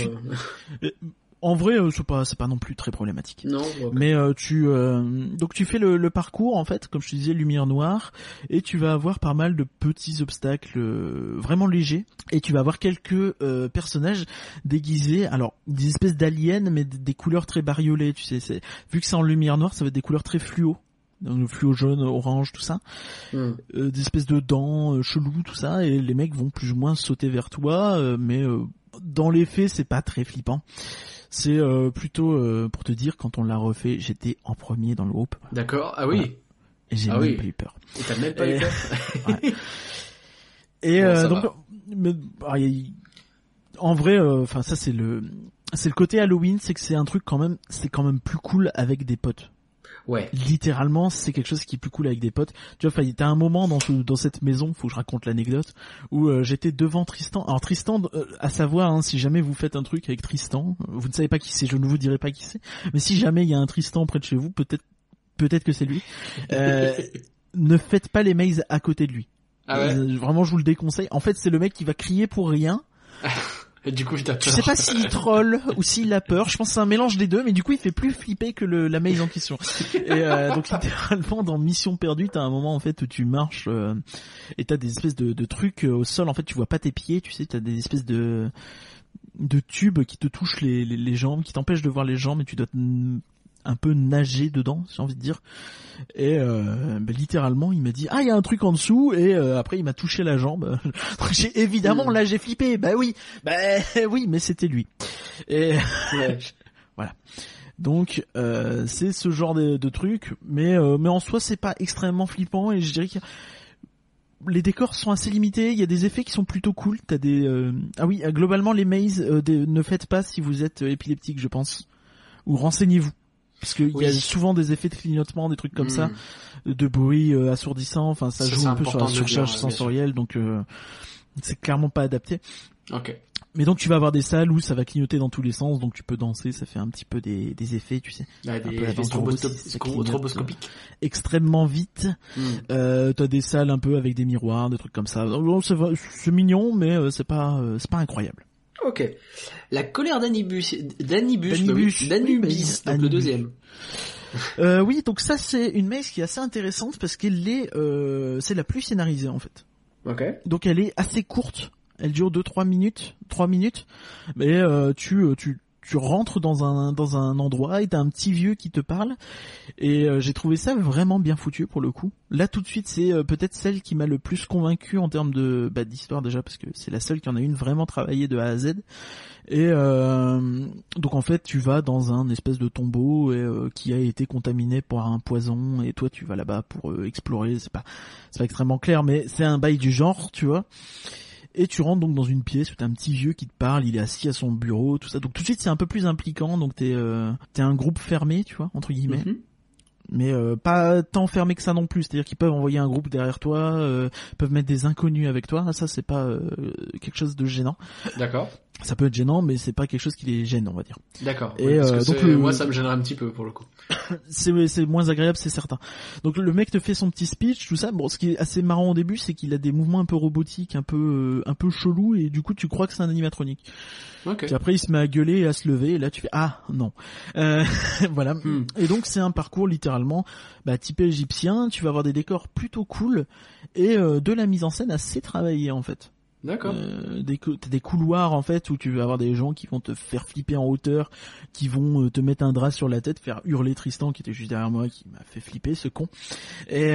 en vrai c'est pas non plus très problématique. Non. Okay. Mais donc tu fais le parcours en fait, comme je te disais, lumière noire, et tu vas avoir pas mal de petits obstacles vraiment légers, et tu vas avoir quelques personnages déguisés, alors des espèces d'aliens mais des couleurs très bariolées, tu sais, vu que c'est en lumière noire, ça va être des couleurs très fluo. Donc, fluo jaune, orange, tout ça, des espèces de dents chelous, tout ça, et les mecs vont plus ou moins sauter vers toi, mais dans les faits c'est pas très flippant. C'est plutôt pour te dire, quand on l'a refait, j'étais en premier dans le groupe. D'accord, ah oui. Voilà. Et j'ai même pas eu peur. Et t'as même pas eu peur. Ouais. Et bon, donc, en vrai, enfin ça c'est le côté Halloween, c'est que c'est un truc quand même plus cool avec des potes. Ouais. Littéralement, c'est quelque chose qui est plus cool avec des potes. Tu vois, t'as un moment dans cette maison, faut que je raconte l'anecdote, où j'étais devant Tristan. Alors Tristan, à savoir, hein, si jamais vous faites un truc avec Tristan, vous ne savez pas qui c'est, je ne vous dirai pas qui c'est, mais si jamais il y a un Tristan près de chez vous, peut-être que c'est lui. Ne faites pas les mazes à côté de lui. Ah ouais. Vraiment, je vous le déconseille. En fait, c'est le mec qui va crier pour rien. Et du coup, t'as peur. Je sais pas s'il troll ou s'il a peur. Je pense que c'est un mélange des deux, mais du coup, il fait plus flipper que la maze en question. Et donc, littéralement, dans Mission Perdue, t'as un moment en fait où tu marches et t'as des espèces de trucs au sol. En fait, tu vois pas tes pieds. Tu sais, t'as des espèces de tubes qui te touchent les jambes, qui t'empêchent de voir les jambes, et tu dois un peu nager dedans, j'ai envie de dire. Et littéralement il m'a dit il y a un truc en dessous, et après il m'a touché la jambe. Donc j'ai flippé. Oui mais c'était lui. Et voilà. Donc c'est ce genre de truc, mais en soi c'est pas extrêmement flippant, et je dirais que les décors sont assez limités, il y a des effets qui sont plutôt cool. T'as des globalement les mazes ne faites pas si vous êtes épileptique, je pense, ou renseignez-vous. Parce qu'il y a souvent des effets de clignotement, des trucs comme ça, de bruit assourdissant, enfin ça joue un peu sur la surcharge sensorielle, donc c'est clairement pas adapté. Ok. Mais donc tu vas avoir des salles où ça va clignoter dans tous les sens, donc tu peux danser, ça fait un petit peu des effets, tu sais. Des effets stroboscopiques. Extrêmement vite. T'as des salles un peu avec des miroirs, des trucs comme ça. Donc, c'est mignon, mais c'est pas incroyable. Ok. La colère d'Anubis, donc le deuxième. Oui, donc ça c'est une maze qui est assez intéressante parce qu'elle est, c'est la plus scénarisée en fait. Ok. Donc elle est assez courte. Elle dure 3 minutes, mais tu rentres dans un endroit et t'as un petit vieux qui te parle, et j'ai trouvé ça vraiment bien foutu pour le coup. Là tout de suite c'est peut-être celle qui m'a le plus convaincu en termes d'histoire, déjà parce que c'est la seule qui en a une vraiment travaillée de A à Z. Et donc en fait tu vas dans un espèce de tombeau qui a été contaminé par un poison, et toi tu vas là-bas pour explorer. C'est pas extrêmement clair, mais c'est un bail du genre, tu vois. Et tu rentres donc dans une pièce où t'as un petit vieux qui te parle, il est assis à son bureau, tout ça. Donc tout de suite c'est un peu plus impliquant, donc t'es un groupe fermé, tu vois, entre guillemets. Mais pas tant fermé que ça non plus, c'est-à-dire qu'ils peuvent envoyer un groupe derrière toi, peuvent mettre des inconnus avec toi, ça c'est pas quelque chose de gênant. D'accord. Ça peut être gênant, mais c'est pas quelque chose qui les gêne, on va dire. D'accord. Et parce que donc moi ça me gênerait un petit peu pour le coup. c'est moins agréable, c'est certain. Donc le mec te fait son petit speech, tout ça. Bon, ce qui est assez marrant au début, c'est qu'il a des mouvements un peu robotiques, un peu chelous, et du coup tu crois que c'est un animatronique. Ok. Puis après il se met à gueuler et à se lever, et là tu fais ah non. Voilà. Et donc c'est un parcours littéralement type égyptien. Tu vas avoir des décors plutôt cool et de la mise en scène assez travaillée en fait. D'accord. T'as des couloirs en fait où tu vas avoir des gens qui vont te faire flipper en hauteur, qui vont te mettre un drap sur la tête, faire hurler Tristan qui était juste derrière moi, qui m'a fait flipper ce con. Et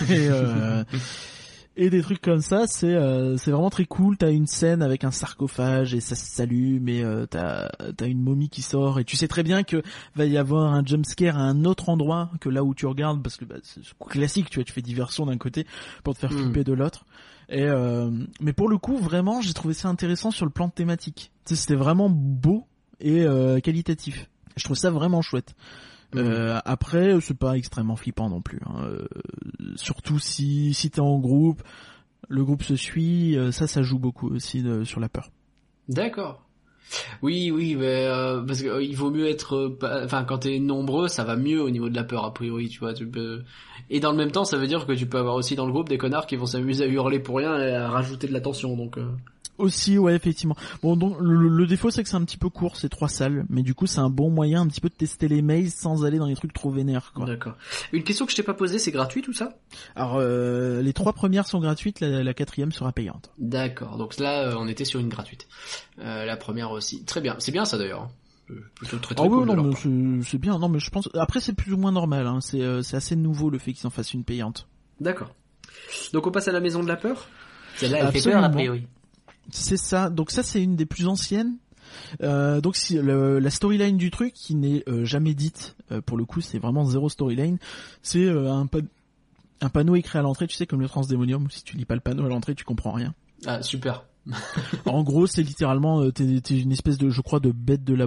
des trucs comme ça, c'est vraiment très cool. T'as une scène avec un sarcophage et ça s'allume et t'as une momie qui sort et tu sais très bien que va y avoir un jumpscare à un autre endroit que là où tu regardes parce que c'est classique, tu vois, tu fais diversion d'un côté pour te faire flipper de l'autre. Et mais pour le coup, vraiment, j'ai trouvé ça intéressant sur le plan thématique. Tu sais, c'était vraiment beau et qualitatif. Je trouve ça vraiment chouette. Après, c'est pas extrêmement flippant non plus. Surtout si t'es en groupe, le groupe se suit, ça joue beaucoup aussi sur la peur. D'accord. Oui, mais parce que il vaut mieux être, quand t'es nombreux, ça va mieux au niveau de la peur a priori, tu vois. Et dans le même temps, ça veut dire que tu peux avoir aussi dans le groupe des connards qui vont s'amuser à hurler pour rien et à rajouter de la tension, donc. Aussi, ouais, effectivement. Bon, donc le défaut c'est que c'est un petit peu court, c'est 3 salles, mais du coup c'est un bon moyen un petit peu de tester les mazes sans aller dans les trucs trop vénères, quoi. D'accord. Une question que je t'ai pas posée, c'est gratuit tout ça ? Alors les 3 premières sont gratuites, la 4e sera payante. D'accord. Donc là, on était sur une gratuite. La première aussi. Très bien. C'est bien ça d'ailleurs. Plutôt très cool. Oui, non, mais c'est bien. Non, mais je pense. Après, c'est plus ou moins normal. Hein. C'est assez nouveau le fait qu'ils en fassent une payante. D'accord. Donc on passe à la maison de la peur. Celle-là, elle fait peur a priori. C'est ça. Donc ça, c'est une des plus anciennes. Donc si la storyline du truc qui n'est jamais dite, pour le coup, c'est vraiment zéro storyline. C'est un panneau écrit à l'entrée, tu sais, comme le Transdémonium. Si tu lis pas le panneau à l'entrée, tu comprends rien. Ah, super. En gros, c'est littéralement t'es une espèce de, je crois, de bête de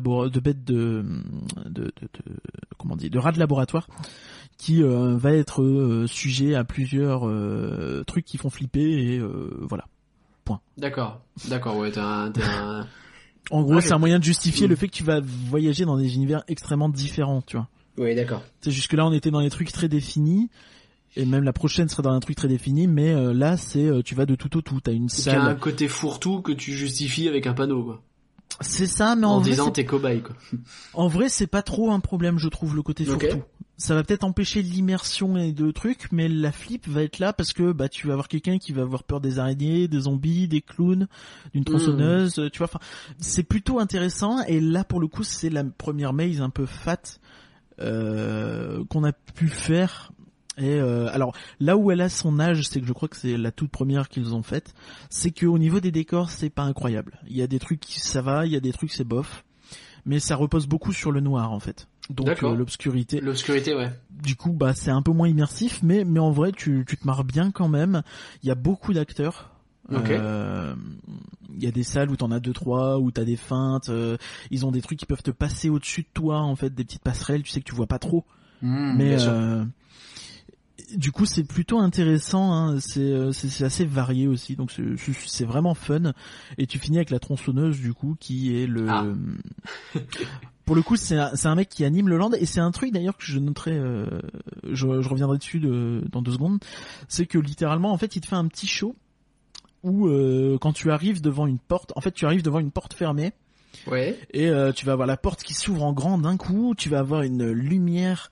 comment on dit, de rat de laboratoire qui va être sujet à plusieurs trucs qui font flipper et voilà. Point. D'accord, ouais, t'es un... En gros, c'est un moyen de justifier le fait que tu vas voyager dans des univers extrêmement différents, tu vois. Oui, d'accord. C'est jusque là, on était dans des trucs très définis. Et même la prochaine serait dans un truc très défini, mais là c'est tu vas de tout au tout. T'as une salle. Il y a un côté fourre-tout que tu justifies avec un panneau, quoi. C'est ça, mais en vrai, disant t'es cobaye, quoi. En vrai, c'est pas trop un problème, je trouve, le côté fourre-tout. Okay. Ça va peut-être empêcher l'immersion et de trucs, mais la flip va être là parce que tu vas avoir quelqu'un qui va avoir peur des araignées, des zombies, des clowns, d'une tronçonneuse, tu vois. Enfin, c'est plutôt intéressant. Et là, pour le coup, c'est la première maze un peu fat qu'on a pu faire. Et alors là où elle a son âge, c'est que je crois que c'est la toute première qu'ils ont faite, c'est que au niveau des décors, c'est pas incroyable. Il y a des trucs qui ça va, il y a des trucs c'est bof, mais ça repose beaucoup sur le noir en fait. Donc l'obscurité. L'obscurité, ouais. Du coup, c'est un peu moins immersif, mais en vrai, tu te marres bien quand même. Il y a beaucoup d'acteurs. Okay. Il y a des salles où t'en as 2-3, où t'as des feintes. Ils ont des trucs qui peuvent te passer au-dessus de toi, en fait, des petites passerelles. Tu sais que tu vois pas trop, mais du coup c'est plutôt intéressant, hein. C'est assez varié aussi, donc c'est vraiment fun. Et tu finis avec la tronçonneuse du coup qui est le pour le coup c'est un mec qui anime le land, et c'est un truc d'ailleurs que je noterai, je reviendrai dessus dans 2 secondes. C'est que littéralement en fait il te fait un petit show où quand tu arrives devant une porte, en fait tu arrives devant une porte fermée. Ouais. Et tu vas avoir la porte qui s'ouvre en grand d'un coup, tu vas avoir une lumière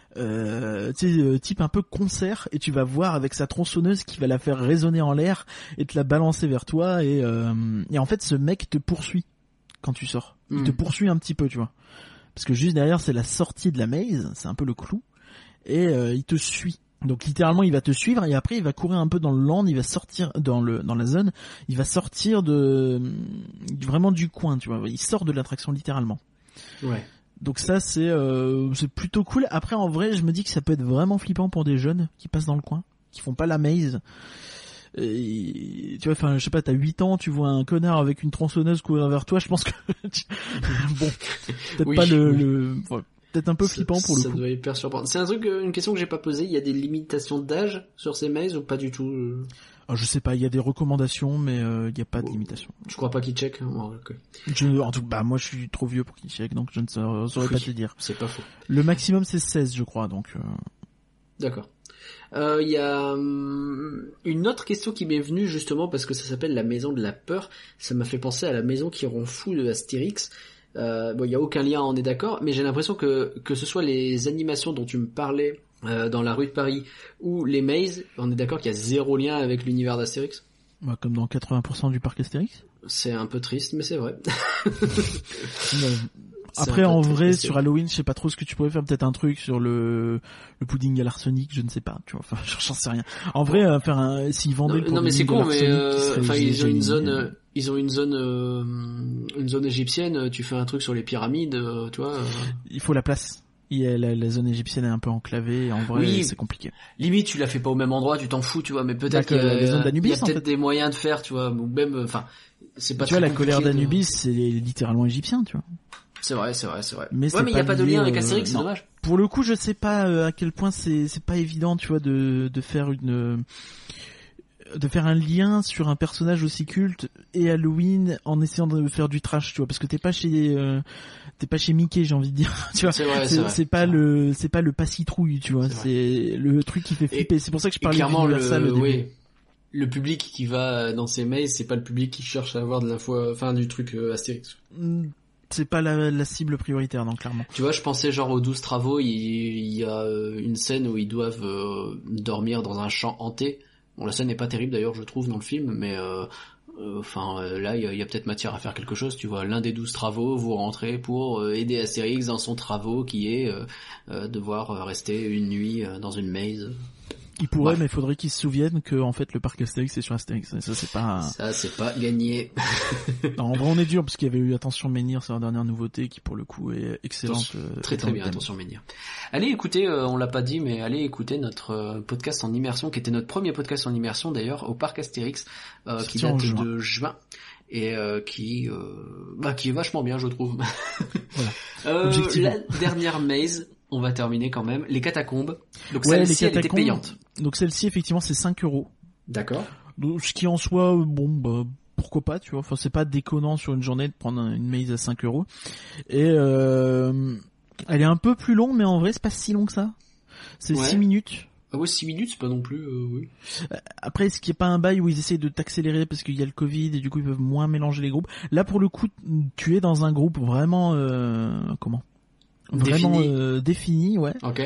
type un peu concert, et tu vas voir avec sa tronçonneuse qui va la faire résonner en l'air et te la balancer vers toi, et en fait ce mec te poursuit quand tu sors. Il te poursuit un petit peu, tu vois, parce que juste derrière c'est la sortie de la maze, c'est un peu le clou, et il te suit. Donc littéralement il va te suivre, et après il va courir un peu dans le land, il va sortir dans la zone, il va sortir vraiment du coin, tu vois, il sort de l'attraction littéralement. Ouais. Donc ça c'est plutôt cool. Après en vrai je me dis que ça peut être vraiment flippant pour des jeunes qui passent dans le coin, qui font pas la maze. Et, tu vois, enfin, je sais pas, t'as 8 ans, tu vois un connard avec une tronçonneuse courir vers toi, je pense que bon, peut-être Oui, pas oui. peut-être un peu flippant pour le coup. Ça doit être hyper surprenant. C'est une question que j'ai pas posée. Il y a des limitations d'âge sur ces mails ou pas du tout? Alors, je sais pas, il y a des recommandations, mais il y a pas de limitation. Je crois pas qu'ils checkent. Okay. En tout cas, moi je suis trop vieux pour qu'ils checkent, donc je ne saurais pas te dire. C'est pas faux. Le maximum c'est 16, je crois, donc. D'accord. Il y a une autre question qui m'est venue justement parce que ça s'appelle la maison de la peur. Ça m'a fait penser à la maison qui rend fou de Astérix. Bon, il y a aucun lien, on est d'accord, mais j'ai l'impression que ce soit les animations dont tu me parlais dans la rue de Paris ou les mazes, on est d'accord qu'il y a zéro lien avec l'univers d'Astérix. Bah, comme dans 80% du parc Astérix. C'est un peu triste, mais c'est vrai. Après, en vrai, sur Halloween, je sais pas trop ce que tu pourrais faire. Peut-être un truc sur le pudding à l'arsenic, je ne sais pas. Tu vois, enfin, j'en sais rien. En vrai, faire s'ils vendaient le pudding mais c'est con, mais enfin, ils ont une zone, une zone égyptienne. Tu fais un truc sur les pyramides, tu vois. Il faut la place. La zone égyptienne est un peu enclavée. En vrai, oui, c'est compliqué. Limite, tu la fais pas au même endroit, tu t'en fous, tu vois. Mais peut-être qu'il y a, les zones d'Anubis, il y a peut-être des moyens de faire, tu vois. Ou même, enfin, c'est pas. Tu vois, la colère d'Anubis, c'est littéralement égyptien, tu vois. C'est vrai. Mais il y a pas de lien avec Astérix, c'est dommage. Pour le coup, je sais pas à quel point c'est pas évident, tu vois, de faire un lien sur un personnage aussi culte et Halloween en essayant de faire du trash, tu vois, parce que t'es pas chez Mickey, j'ai envie de dire, tu vois. C'est pas le pas-citrouille, tu vois, c'est le truc qui fait flipper. C'est pour ça que je parlais d'Universal au début. Oui. Le public qui va dans ces mails, c'est pas le public qui cherche à avoir de l'info, enfin, du truc Astérix. C'est pas la cible prioritaire, non, clairement. Tu vois, je pensais genre aux 12 travaux, il y a une scène où ils doivent dormir dans un champ hanté. Bon, la scène n'est pas terrible d'ailleurs, je trouve, dans le film, mais là, il y a peut-être matière à faire quelque chose. Tu vois, l'un des 12 travaux, vous rentrez pour aider Astérix dans son travaux qui est devoir rester une nuit dans une maze. Il pourrait, mais il faudrait qu'ils se souviennent que en fait le parc Astérix c'est sur Astérix. Ça c'est pas gagné. Non, en vrai on est dur parce qu'il y avait eu Attention Menhir, c'est la dernière nouveauté qui pour le coup est excellente. Très bien, Attention Menhir. Allez écouter, on l'a pas dit, mais allez écouter notre podcast en immersion, qui était notre premier podcast en immersion d'ailleurs au parc Astérix, qui date de juin. Et qui est vachement bien, je trouve. Voilà. La dernière maze, on va terminer quand même, les catacombes. Donc celle-ci elle était payante. Donc celle-ci effectivement c'est 5€. D'accord. Donc ce qui en soit pourquoi pas, tu vois. Enfin c'est pas déconnant sur une journée de prendre une maze à 5€. Et elle est un peu plus longue, mais en vrai c'est pas si long que ça. C'est 6 minutes. Ah ouais, 6 minutes, c'est pas non plus, oui. Après, est-ce qu'il n'y a pas un bail où ils essaient de t'accélérer parce qu'il y a le Covid et du coup ils peuvent moins mélanger les groupes? Là, pour le coup, tu es dans un groupe vraiment, défini, ouais. Ok.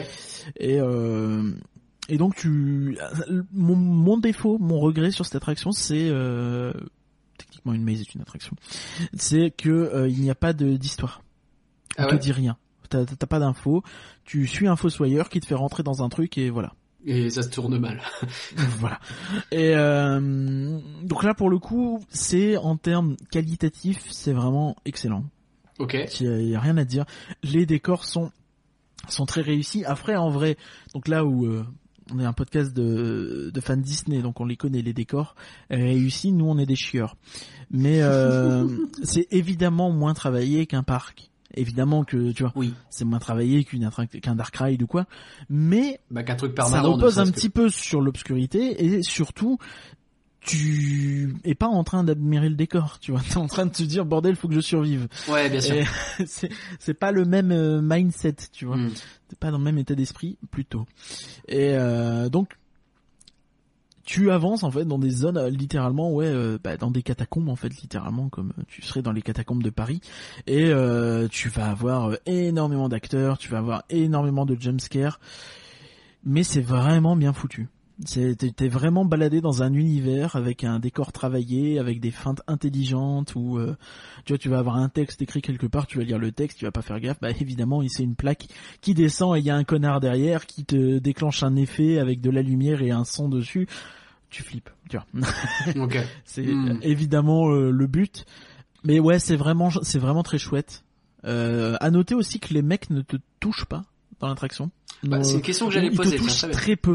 Et donc mon défaut, mon regret sur cette attraction, c'est, techniquement une maze est une attraction, c'est que, il n'y a pas d'histoire. On te dit rien. T'as pas d'infos. Tu suis un fossoyeur qui te fait rentrer dans un truc et voilà. Et ça se tourne mal. Voilà. Et donc là pour le coup, c'est en termes qualitatifs, c'est vraiment excellent. Ok. Il y a rien à dire. Les décors sont très réussis. Après en vrai, donc là où on est un podcast de fans Disney, donc on les connaît les décors réussis. Nous on est des chieurs. Mais c'est évidemment moins travaillé qu'un parc. Évidemment que tu vois, oui, c'est moins travaillé qu'un Dark Ride ou quoi, mais qu'un truc permanent, ça repose un petit peu sur l'obscurité et surtout tu es pas en train d'admirer le décor, tu vois, t'es en train de te dire bordel, faut que je survive. Ouais, bien sûr. Et c'est pas le même mindset, tu vois. T'es pas dans le même état d'esprit plutôt. Et donc tu avances en fait dans des zones littéralement dans des catacombes en fait littéralement comme tu serais dans les catacombes de Paris et tu vas avoir énormément d'acteurs, tu vas avoir énormément de jumpscares, mais c'est vraiment bien foutu. T'es vraiment baladé dans un univers avec un décor travaillé, avec des feintes intelligentes où tu vois, tu vas avoir un texte écrit quelque part, tu vas lire le texte, tu vas pas faire gaffe, évidemment c'est une plaque qui descend et il y a un connard derrière qui te déclenche un effet avec de la lumière et un son dessus. Tu flippes, tu vois. Okay. C'est évidemment le but, mais ouais, c'est vraiment très chouette. À noter aussi que les mecs ne te touchent pas dans l'attraction. C'est une question que j'allais poser. Ils te touchent très peu.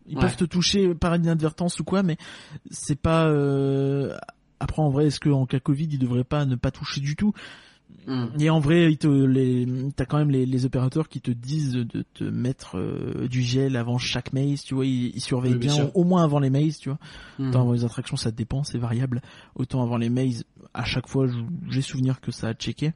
Ils peuvent te toucher par inadvertance ou quoi, mais c'est pas. Après, en vrai, est-ce que en cas Covid, ils devraient pas ne pas toucher du tout? Et en vrai, t'as quand même les opérateurs qui te disent de te mettre du gel avant chaque maze, tu vois, ils surveillent bien au moins avant les mazes, tu vois. Autant avant les attractions, ça dépend, c'est variable. Autant avant les mazes, à chaque fois, j'ai souvenir que ça a checké.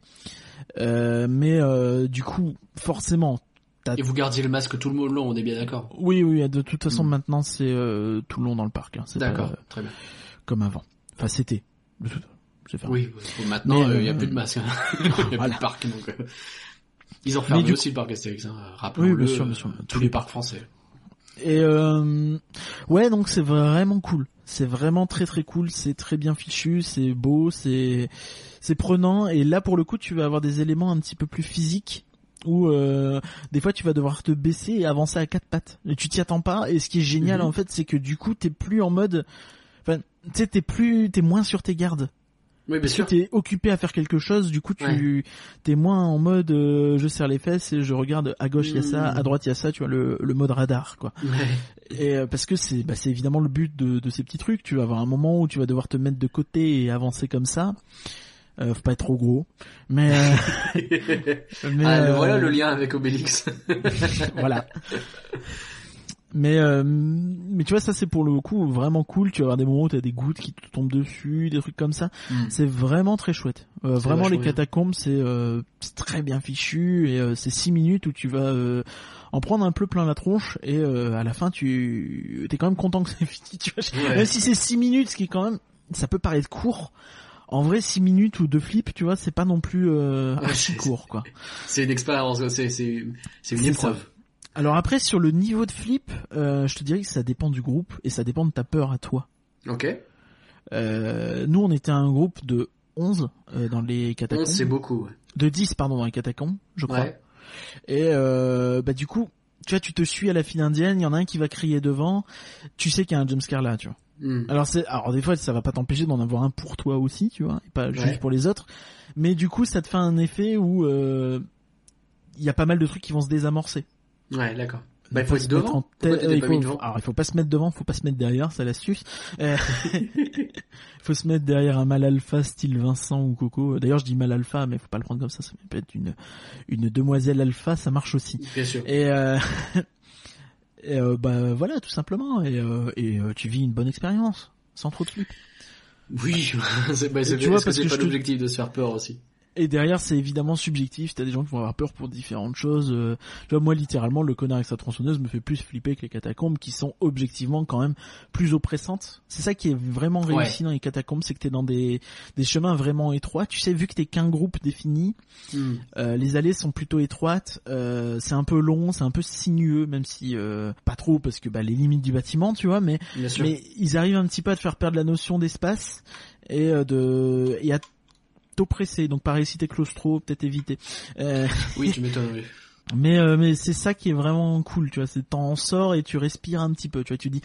Mais du coup, forcément. Et vous gardiez le masque tout le long, on est bien d'accord? Oui, de toute façon, maintenant, c'est tout le long dans le parc. Hein. C'est d'accord, très bien. Comme avant. Enfin, c'était. Oui, maintenant, il n'y a plus de masque. Il n'y a plus de parc, donc... Ils ont fermé aussi le parc Astérix, hein. Rappelons-le. Oui, bien sûr. Tous les parcs français. Et ouais, donc c'est vraiment cool. C'est vraiment très très cool. C'est très bien fichu, c'est beau, c'est prenant. Et là, pour le coup, tu vas avoir des éléments un petit peu plus physiques. Où des fois tu vas devoir te baisser et avancer à quatre pattes. Et tu t'y attends pas. Et ce qui est génial en fait, c'est que du coup t'es plus en mode, enfin, tu sais, t'es moins sur tes gardes. Oui, bien sûr. T'es occupé à faire quelque chose. Du coup, t'es moins en mode, je serre les fesses et je regarde à gauche il y a ça, à droite il y a ça. Tu vois le mode radar, quoi. Et parce que c'est évidemment le but de ces petits trucs. Tu vas avoir un moment où tu vas devoir te mettre de côté et avancer comme ça. Faut pas être trop gros, mais voilà le lien avec Obélix. Voilà. Mais tu vois, ça c'est pour le coup vraiment cool. Tu vas avoir des moments où t'as des gouttes qui te tombent dessus, des trucs comme ça. C'est vraiment très chouette. Vraiment les catacombes, c'est très bien fichu et c'est 6 minutes où tu vas en prendre un peu plein la tronche et à la fin t'es quand même content que c'est fini. Tu vois, même si c'est 6 minutes, ce qui est quand même, ça peut paraître court. En vrai, 6 minutes ou 2 flips, tu vois, c'est pas non plus archi court, quoi. C'est une expérience, c'est une épreuve. Ça. Alors après, sur le niveau de flip, je te dirais que ça dépend du groupe et ça dépend de ta peur à toi. Ok. Nous, on était un groupe de 11 dans les catacombes. 11, c'est beaucoup. Ouais. De 10, pardon, dans les catacombes, je crois. Ouais. Et du coup, tu vois, tu te suis à la file indienne, il y en a un qui va crier devant, tu sais qu'il y a un jumpscare là, tu vois. Alors des fois ça va pas t'empêcher d'en avoir un pour toi aussi, tu vois, et pas juste pour les autres, mais du coup ça te fait un effet où il y a pas mal de trucs qui vont se désamorcer. Ouais, d'accord. Bah il faut être devant. Alors il faut pas se mettre devant, faut pas se mettre derrière, c'est l'astuce. Il faut se mettre derrière un mâle alpha style Vincent ou Coco. D'ailleurs je dis mâle alpha, mais faut pas le prendre comme ça peut être une demoiselle alpha, ça marche aussi. Bien sûr. Et voilà, tout simplement, et tu vis une bonne expérience sans trop de flip. Oui, c'est tu vois, parce que c'est pas l'objectif de se faire peur aussi. Et derrière, c'est évidemment subjectif. T'as des gens qui vont avoir peur pour différentes choses. Tu vois, moi, littéralement, le connard avec sa tronçonneuse me fait plus flipper que les catacombes, qui sont objectivement quand même plus oppressantes. C'est ça qui est vraiment réussi dans les catacombes, c'est que t'es dans des chemins vraiment étroits. Tu sais, vu que t'es qu'un groupe défini, les allées sont plutôt étroites. C'est un peu long, c'est un peu sinueux, même si pas trop, parce que les limites du bâtiment, tu vois. Mais ils arrivent un petit peu à te faire perdre la notion d'espace et à oppressé, donc pareil, si t'es claustro, peut-être éviter. Oui, tu m'étonnes, oui. Mais c'est ça qui est vraiment cool, tu vois, c'est t'en sors et tu respires un petit peu, tu vois, tu dis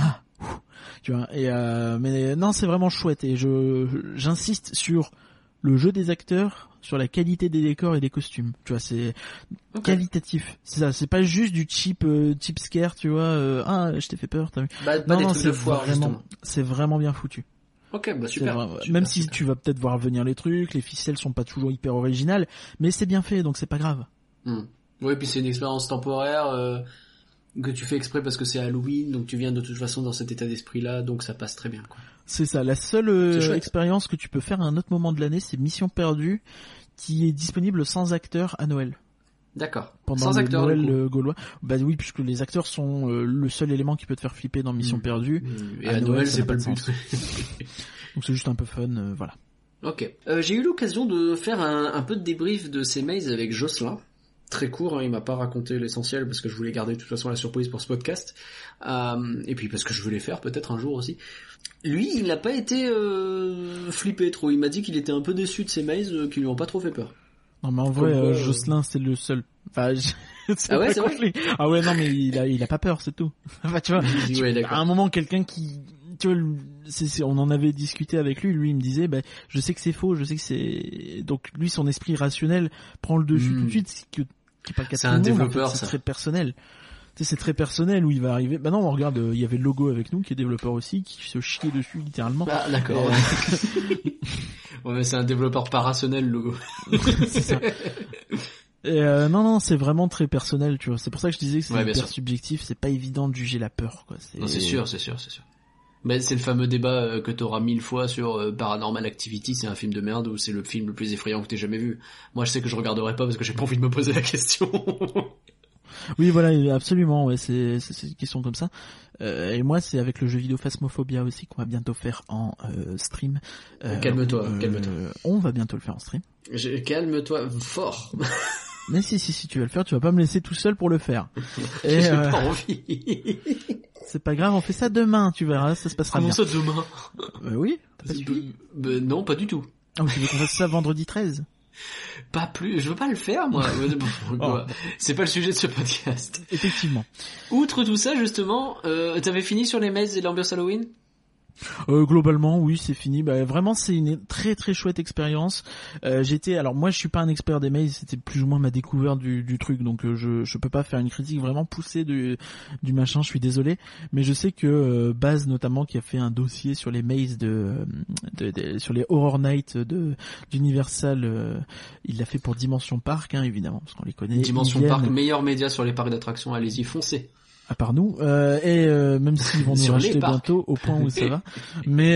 tu vois, et mais non, c'est vraiment chouette et j'insiste sur le jeu des acteurs, sur la qualité des décors et des costumes, tu vois, c'est qualitatif, c'est ça, c'est pas juste du cheap scare, tu vois, je t'ai fait peur, t'as vu. Non, c'est vraiment bien foutu. Ok, super. Même si tu vas peut-être voir venir les trucs, les ficelles sont pas toujours hyper originales, mais c'est bien fait, donc c'est pas grave. Oui, puis c'est une expérience temporaire que tu fais exprès parce que c'est Halloween, donc tu viens de toute façon dans cet état d'esprit-là, donc ça passe très bien, quoi. C'est ça. La seule expérience que tu peux faire à un autre moment de l'année, c'est Mission Perdue, qui est disponible sans acteurs à Noël. D'accord. Pendant sans acteurs, Noël gaulois. Bah oui, puisque les acteurs sont le seul élément qui peut te faire flipper dans Mission Perdue. Et à Noël, c'est pas le but. Donc c'est juste un peu fun, voilà. Ok. J'ai eu l'occasion de faire un peu de débrief de ces mazes avec Jocelyn. Très court, hein, il m'a pas raconté l'essentiel parce que je voulais garder de toute façon la surprise pour ce podcast. Et puis parce que je veux les faire peut-être un jour aussi. Lui, il n'a pas été flippé trop. Il m'a dit qu'il était un peu déçu de ces mazes qui lui ont pas trop fait peur. Non mais en vrai, Jocelyn c'est le seul. Enfin, c'est vrai. Ah ouais, non mais il a pas peur, c'est tout. Enfin, tu vois, à un moment quelqu'un qui, tu vois, on en avait discuté avec lui. Lui il me disait, je sais que c'est faux, je sais que c'est. Donc lui son esprit rationnel prend le dessus tout de suite, qui est pas le cas de tout le monde, développeur, c'est très personnel. Tu sais, c'est très personnel où il va arriver. Bah non, on regarde, il y avait le logo avec nous qui est développeur aussi, qui se chiait dessus littéralement. Ah d'accord. Ouais, mais c'est un développeur pas rationnel, le logo. C'est ça. Et non, c'est vraiment très personnel, tu vois. C'est pour ça que je disais que c'est hyper subjectif. C'est pas évident de juger la peur, quoi. Non, c'est sûr. Mais c'est le fameux débat que t'auras 1000 fois sur Paranormal Activity, c'est un film de merde ou c'est le film le plus effrayant que t'aies jamais vu. Moi, je sais que je regarderai pas parce que j'ai pas envie de me poser la question. Oui, voilà, absolument. Ouais, c'est une question comme ça. Et moi, c'est avec le jeu vidéo Phasmophobia aussi qu'on va bientôt faire en stream. Calme-toi. On va bientôt le faire en stream. Calme-toi fort. Mais si tu vas le faire, tu vas pas me laisser tout seul pour le faire. Et j'ai pas envie. C'est pas grave, on fait ça demain, tu verras, ça se passera bien. Comment ça demain? Oui, t'as pas suivi? Non, pas du tout. Ah, tu veux qu'on fasse ça vendredi 13? Pas plus, je veux pas le faire, moi. C'est pas le sujet de ce podcast. Effectivement. Outre tout ça, justement, t'avais fini sur les mazes et l'ambiance Halloween? Globalement, oui, c'est fini. Bah, vraiment, c'est une très très chouette expérience. Alors moi, je suis pas un expert des mazes, c'était plus ou moins ma découverte du truc, donc je peux pas faire une critique vraiment poussée du machin. Je suis désolé, mais je sais que Baz notamment, qui a fait un dossier sur les mazes sur les Horror Nights d'Universal, il l'a fait pour Dimension Park, hein, évidemment, parce qu'on les connaît. Dimension Park, meilleur média sur les parcs d'attractions. Allez-y, foncez. À part nous, même s'ils vont nous racheter bientôt au point où ça va. Mais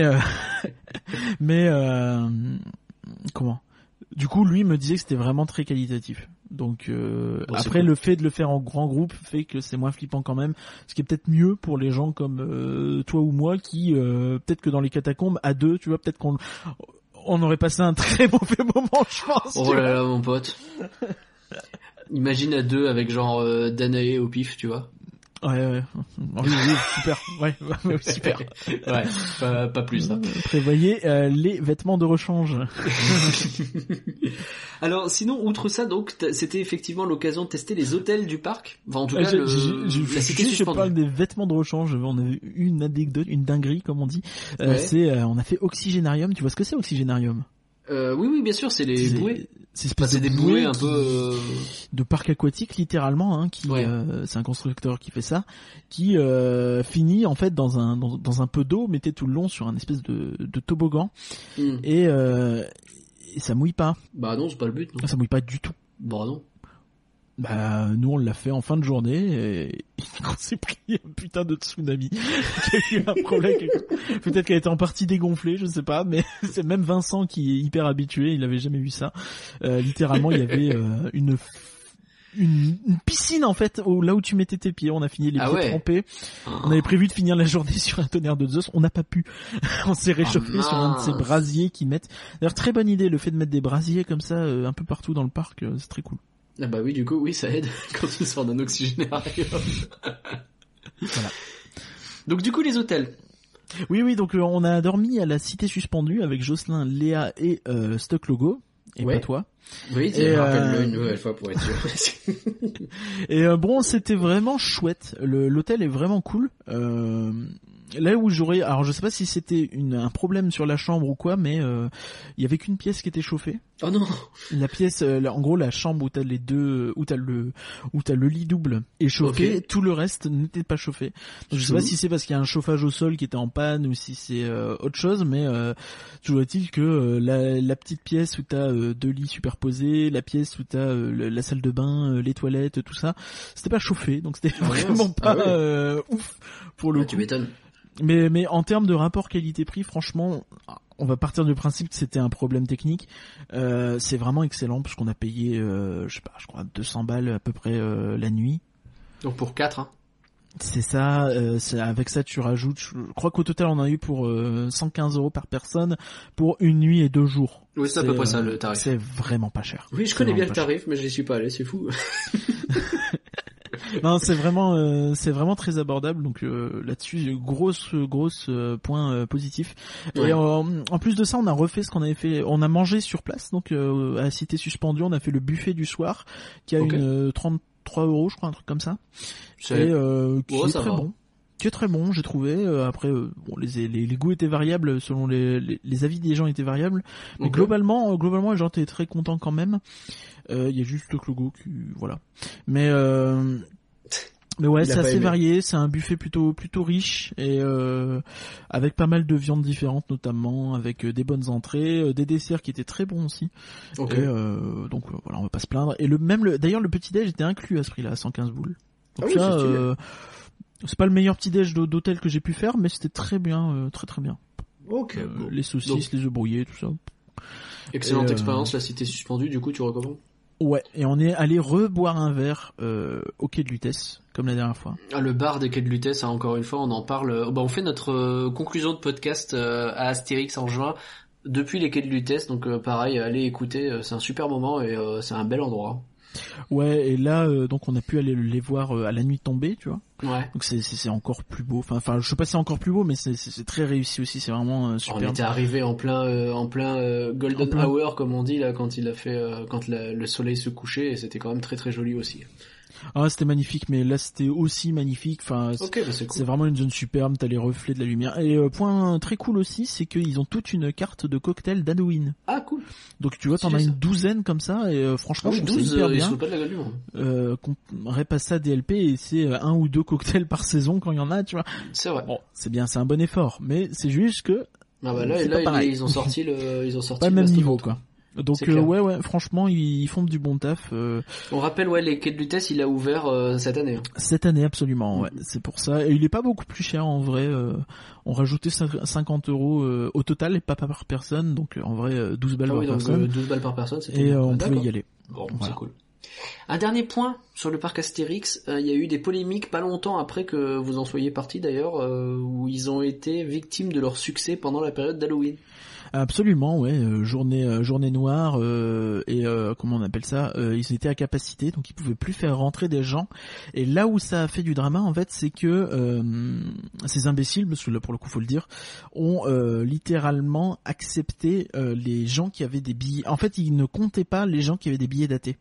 comment? Du coup, lui me disait que c'était vraiment très qualitatif. Donc après, le fait de le faire en grand groupe fait que c'est moins flippant quand même, ce qui est peut-être mieux pour les gens comme toi ou moi qui peut-être que dans les catacombes à deux, tu vois, peut-être qu'on aurait passé un très mauvais moment, je pense. Oh là là, mon pote. Imagine à deux avec genre Danae au pif, tu vois. Ouais. Oui, super. Ouais, super. Ouais, pas plus, hein. Prévoyez les vêtements de rechange. Alors, sinon, outre ça, donc, c'était effectivement l'occasion de tester les hôtels du parc. Enfin, en tout cas, je parle des vêtements de rechange. On a eu une anecdote, une dinguerie, comme on dit. On a fait Oxygénarium. Tu vois ce que c'est, Oxygénarium? Oui, bien sûr, c'est les bouées. C'est des bouées un peu de parc aquatique littéralement, hein, c'est un constructeur qui fait ça, qui finit en fait dans un peu d'eau, mettez tout le long sur un espèce de toboggan et ça mouille pas. Bah non, c'est pas le but. Non. Ça mouille pas du tout. Bah non. Bah nous on l'a fait en fin de journée et on s'est pris un putain de tsunami qui a eu un problème. Peut-être qu'elle était en partie dégonflée, je sais pas, mais c'est même Vincent qui est hyper habitué, il avait jamais vu ça. Littéralement il y avait une piscine en fait là où tu mettais tes pieds. On a fini les pieds trempés. On avait prévu de finir la journée sur un tonnerre de Zeus, on n'a pas pu. On s'est réchauffé sur un de ces brasiers qui mettent. D'ailleurs très bonne idée le fait de mettre des brasiers comme ça un peu partout dans le parc, c'est très cool. Ah bah oui, du coup, oui, ça aide quand tu sors d'un oxygénarium. Voilà. Donc du coup, les hôtels. Oui, donc on a dormi à la Cité Suspendue avec Jocelyn, Léa et Stock Logo. Et pas toi. Oui, rappelle-le une nouvelle fois pour être sûr. Et c'était vraiment chouette. L'hôtel est vraiment cool. Là où alors je sais pas si c'était un problème sur la chambre ou quoi, mais il y avait qu'une pièce qui était chauffée. Oh non. La pièce, en gros la chambre où t'as les deux, où t'as le lit double est chauffé, okay. Tout le reste n'était pas chauffé. Donc je sais pas si c'est parce qu'il y a un chauffage au sol qui était en panne ou si c'est autre chose, mais toujours est-il que la petite pièce où t'as deux lits superposés, la pièce où t'as la salle de bain, les toilettes, tout ça, c'était pas chauffé, donc c'était vraiment pas ouf pour le coup. Tu m'étonnes. Mais en termes de rapport qualité-prix, franchement, on va partir du principe que c'était un problème technique. C'est vraiment excellent parce qu'on a payé, je crois 200 balles à peu près la nuit. Donc pour 4, hein. C'est ça. Avec ça, tu rajoutes. Je crois qu'au total, on a eu pour 115 € par personne pour une nuit et 2 jours. Oui, c'est à peu près ça le tarif. C'est vraiment pas cher. Oui, je connais bien le tarif, mais j'y suis pas allé. C'est fou. Non, c'est vraiment très abordable, donc là-dessus grosse point positif. Ouais. Et en plus de ça, on a refait ce qu'on avait fait, on a mangé sur place, donc à la Cité Suspendue, on a fait le buffet du soir qui a une 33 €, je crois, un truc comme ça. Qui est très bon, j'ai trouvé. Après, les goûts étaient variables selon les avis des gens étaient variables, mais globalement, les gens étaient très contents quand même. Il y a juste le logo qui, voilà. Mais Mais ouais, c'est assez varié, c'est un buffet plutôt riche et avec pas mal de viandes différentes notamment, avec des bonnes entrées, des desserts qui étaient très bons aussi. Okay. Et donc voilà, on va pas se plaindre. Et d'ailleurs le petit déj était inclus à ce prix-là, à 115 boules. Donc c'est pas le meilleur petit déj d'hôtel que j'ai pu faire, mais c'était très bien, très bien. OK. Les saucisses, les œufs brouillés, tout ça. Excellente expérience, la cité suspendue, du coup tu recommandes? Ouais, et on est allé reboire un verre au quai de Lutèce, comme la dernière fois. Ah, le bar des quais de Lutèce, hein, encore une fois, on en parle. On fait notre conclusion de podcast à Astérix en juin depuis les quais de Lutèce, donc pareil, allez écouter, c'est un super moment et c'est un bel endroit. Ouais, et là, donc on a pu aller les voir à la nuit tombée, tu vois. Ouais. Donc c'est encore plus beau. Enfin, je sais pas si c'est encore plus beau, mais c'est très réussi aussi. C'est vraiment super. On était arrivé en plein golden hour, comme on dit là, quand il a fait, quand le soleil se couchait, et c'était quand même très très joli aussi. Ah, c'était magnifique, mais là c'était aussi magnifique. Enfin, okay, bah c'est cool. C'est vraiment une zone superbe. T'as les reflets de la lumière. Et point très cool aussi, c'est qu'ils ont toute une carte de cocktails d'Halloween. Ah, cool. Donc tu vois, t'en as une douzaine comme ça, et franchement, je trouve ça hyper bien. Pas de la gueule du monde. Comparé pas ça à DLP, et c'est 1 ou 2 cocktails par saison quand il y en a, tu vois. C'est vrai. Bon, c'est bien, c'est un bon effort, mais c'est juste que. Ah bah là, ils ont sorti pas le même niveau, quoi. Donc ouais, franchement, ils font du bon taf. On rappelle, les quais de Lutèce, il a ouvert cette année. Cette année, absolument, ouais. C'est pour ça. Et il est pas beaucoup plus cher en vrai. On rajoutait 50 € au total et pas par personne. Donc en vrai, 12 balles par personne. 12 balles par personne, c'était et on pouvait y aller. Bon, voilà. C'est cool. Un dernier point sur le parc Astérix, il y a eu des polémiques pas longtemps après que vous en soyez partis d'ailleurs, où ils ont été victimes de leur succès pendant la période d'Halloween. Absolument, ouais, journée noire et comment on appelle ça, ils étaient à capacité, donc ils pouvaient plus faire rentrer des gens. Et là où ça a fait du drama, en fait, c'est que ces imbéciles, parce que là pour le coup faut le dire, ont littéralement accepté les gens qui avaient des billets. En fait, ils ne comptaient pas les gens qui avaient des billets datés.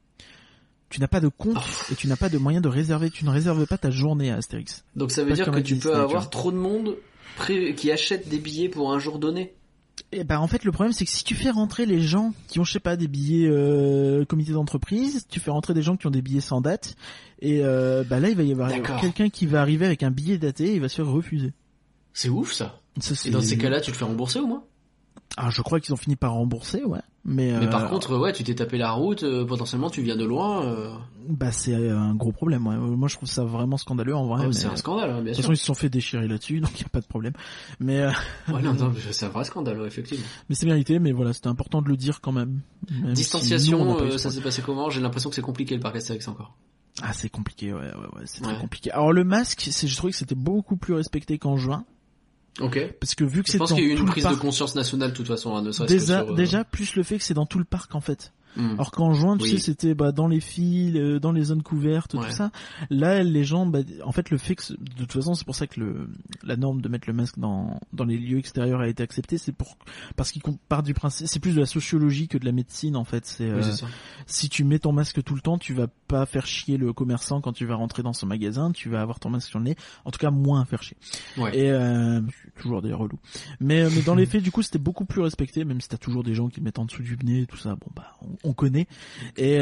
Tu n'as pas de compte et tu n'as pas de moyen de réserver. Tu ne réserves pas ta journée à Astérix. Donc ça veut dire que tu peux avoir trop de monde qui achète des billets pour un jour donné. Et en fait le problème c'est que si tu fais rentrer les gens qui ont pas des billets comité d'entreprise, tu fais rentrer des gens qui ont des billets sans date et là il va y avoir quelqu'un qui va arriver avec un billet daté et il va se faire refuser. C'est ouf ça. Et dans ces cas-là, tu te fais rembourser au moins? Ah, je crois qu'ils ont fini par rembourser, ouais. Mais par contre, tu t'es tapé la route, potentiellement tu viens de loin. C'est un gros problème, ouais. Moi je trouve ça vraiment scandaleux en vrai. C'est un scandale, bien sûr. De toute façon, ils se sont fait déchirer là-dessus, donc il y a pas de problème. Mais non, c'est un vrai scandale, effectivement. Mais c'est mérité, mais voilà, c'était important de le dire quand même. Distanciation, ça s'est passé comment? J'ai l'impression que c'est compliqué le parc Astérix encore. Ah, c'est compliqué, ouais, c'est très compliqué. Alors le masque, je trouvais que c'était beaucoup plus respecté qu'en juin. Ok. Parce que vu que c'est dans tout le parc. Je pense qu'il y a eu une prise de conscience nationale de toute façon, ne serait-ce que sur... Déjà, plus le fait que c'est dans tout le parc en fait. Alors qu'en juin, tu sais, c'était dans les fils, dans les zones couvertes, tout ça. Là, les gens, en fait, le fait que de toute façon, c'est pour ça que la norme de mettre le masque dans les lieux extérieurs a été acceptée, parce qu'il part du principe, c'est plus de la sociologie que de la médecine en fait. C'est si tu mets ton masque tout le temps, tu vas pas faire chier le commerçant quand tu vas rentrer dans son magasin, tu vas avoir ton masque sur le nez, en tout cas moins faire chier. Ouais. Et toujours des relous. Mais dans les faits, du coup, c'était beaucoup plus respecté, même si t'as toujours des gens qui le mettent en dessous du nez, tout ça. Bon on connaît. Et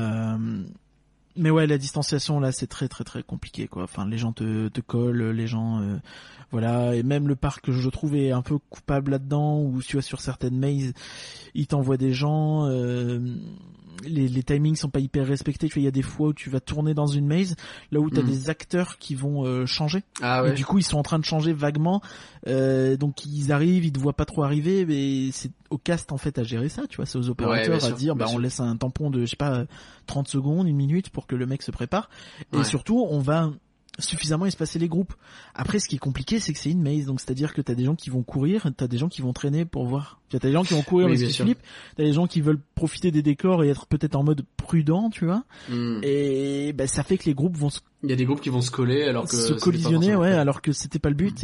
mais ouais, la distanciation là, c'est très très très compliqué quoi. Enfin, les gens te collent, les gens voilà, et même le parc je trouve est un peu coupable là-dedans, où tu vois sur certaines mazes, ils t'envoient des gens les timings sont pas hyper respectés. Tu vois, il y a des fois où tu vas tourner dans une maze, là où t'as des acteurs qui vont changer. Ah ouais. Et du coup, ils sont en train de changer vaguement. Donc ils arrivent, ils te voient pas trop arriver, mais c'est au cast en fait à gérer ça. Tu vois, c'est aux opérateurs à dire, on laisse un tampon de 30 secondes, 1 minute pour que le mec se prépare. Et surtout, on va suffisamment espacer les groupes. Après, ce qui est compliqué, c'est que c'est une maze, donc c'est-à-dire que t'as des gens qui vont courir, t'as des gens qui vont traîner pour voir. T'as des gens qui vont courir parce qu'ils flippent, t'as des gens qui veulent profiter des décors et être peut-être en mode prudent, tu vois. Et ça fait que les groupes vont il y a des groupes qui vont se coller alors que se collisionner, alors que c'était pas le but.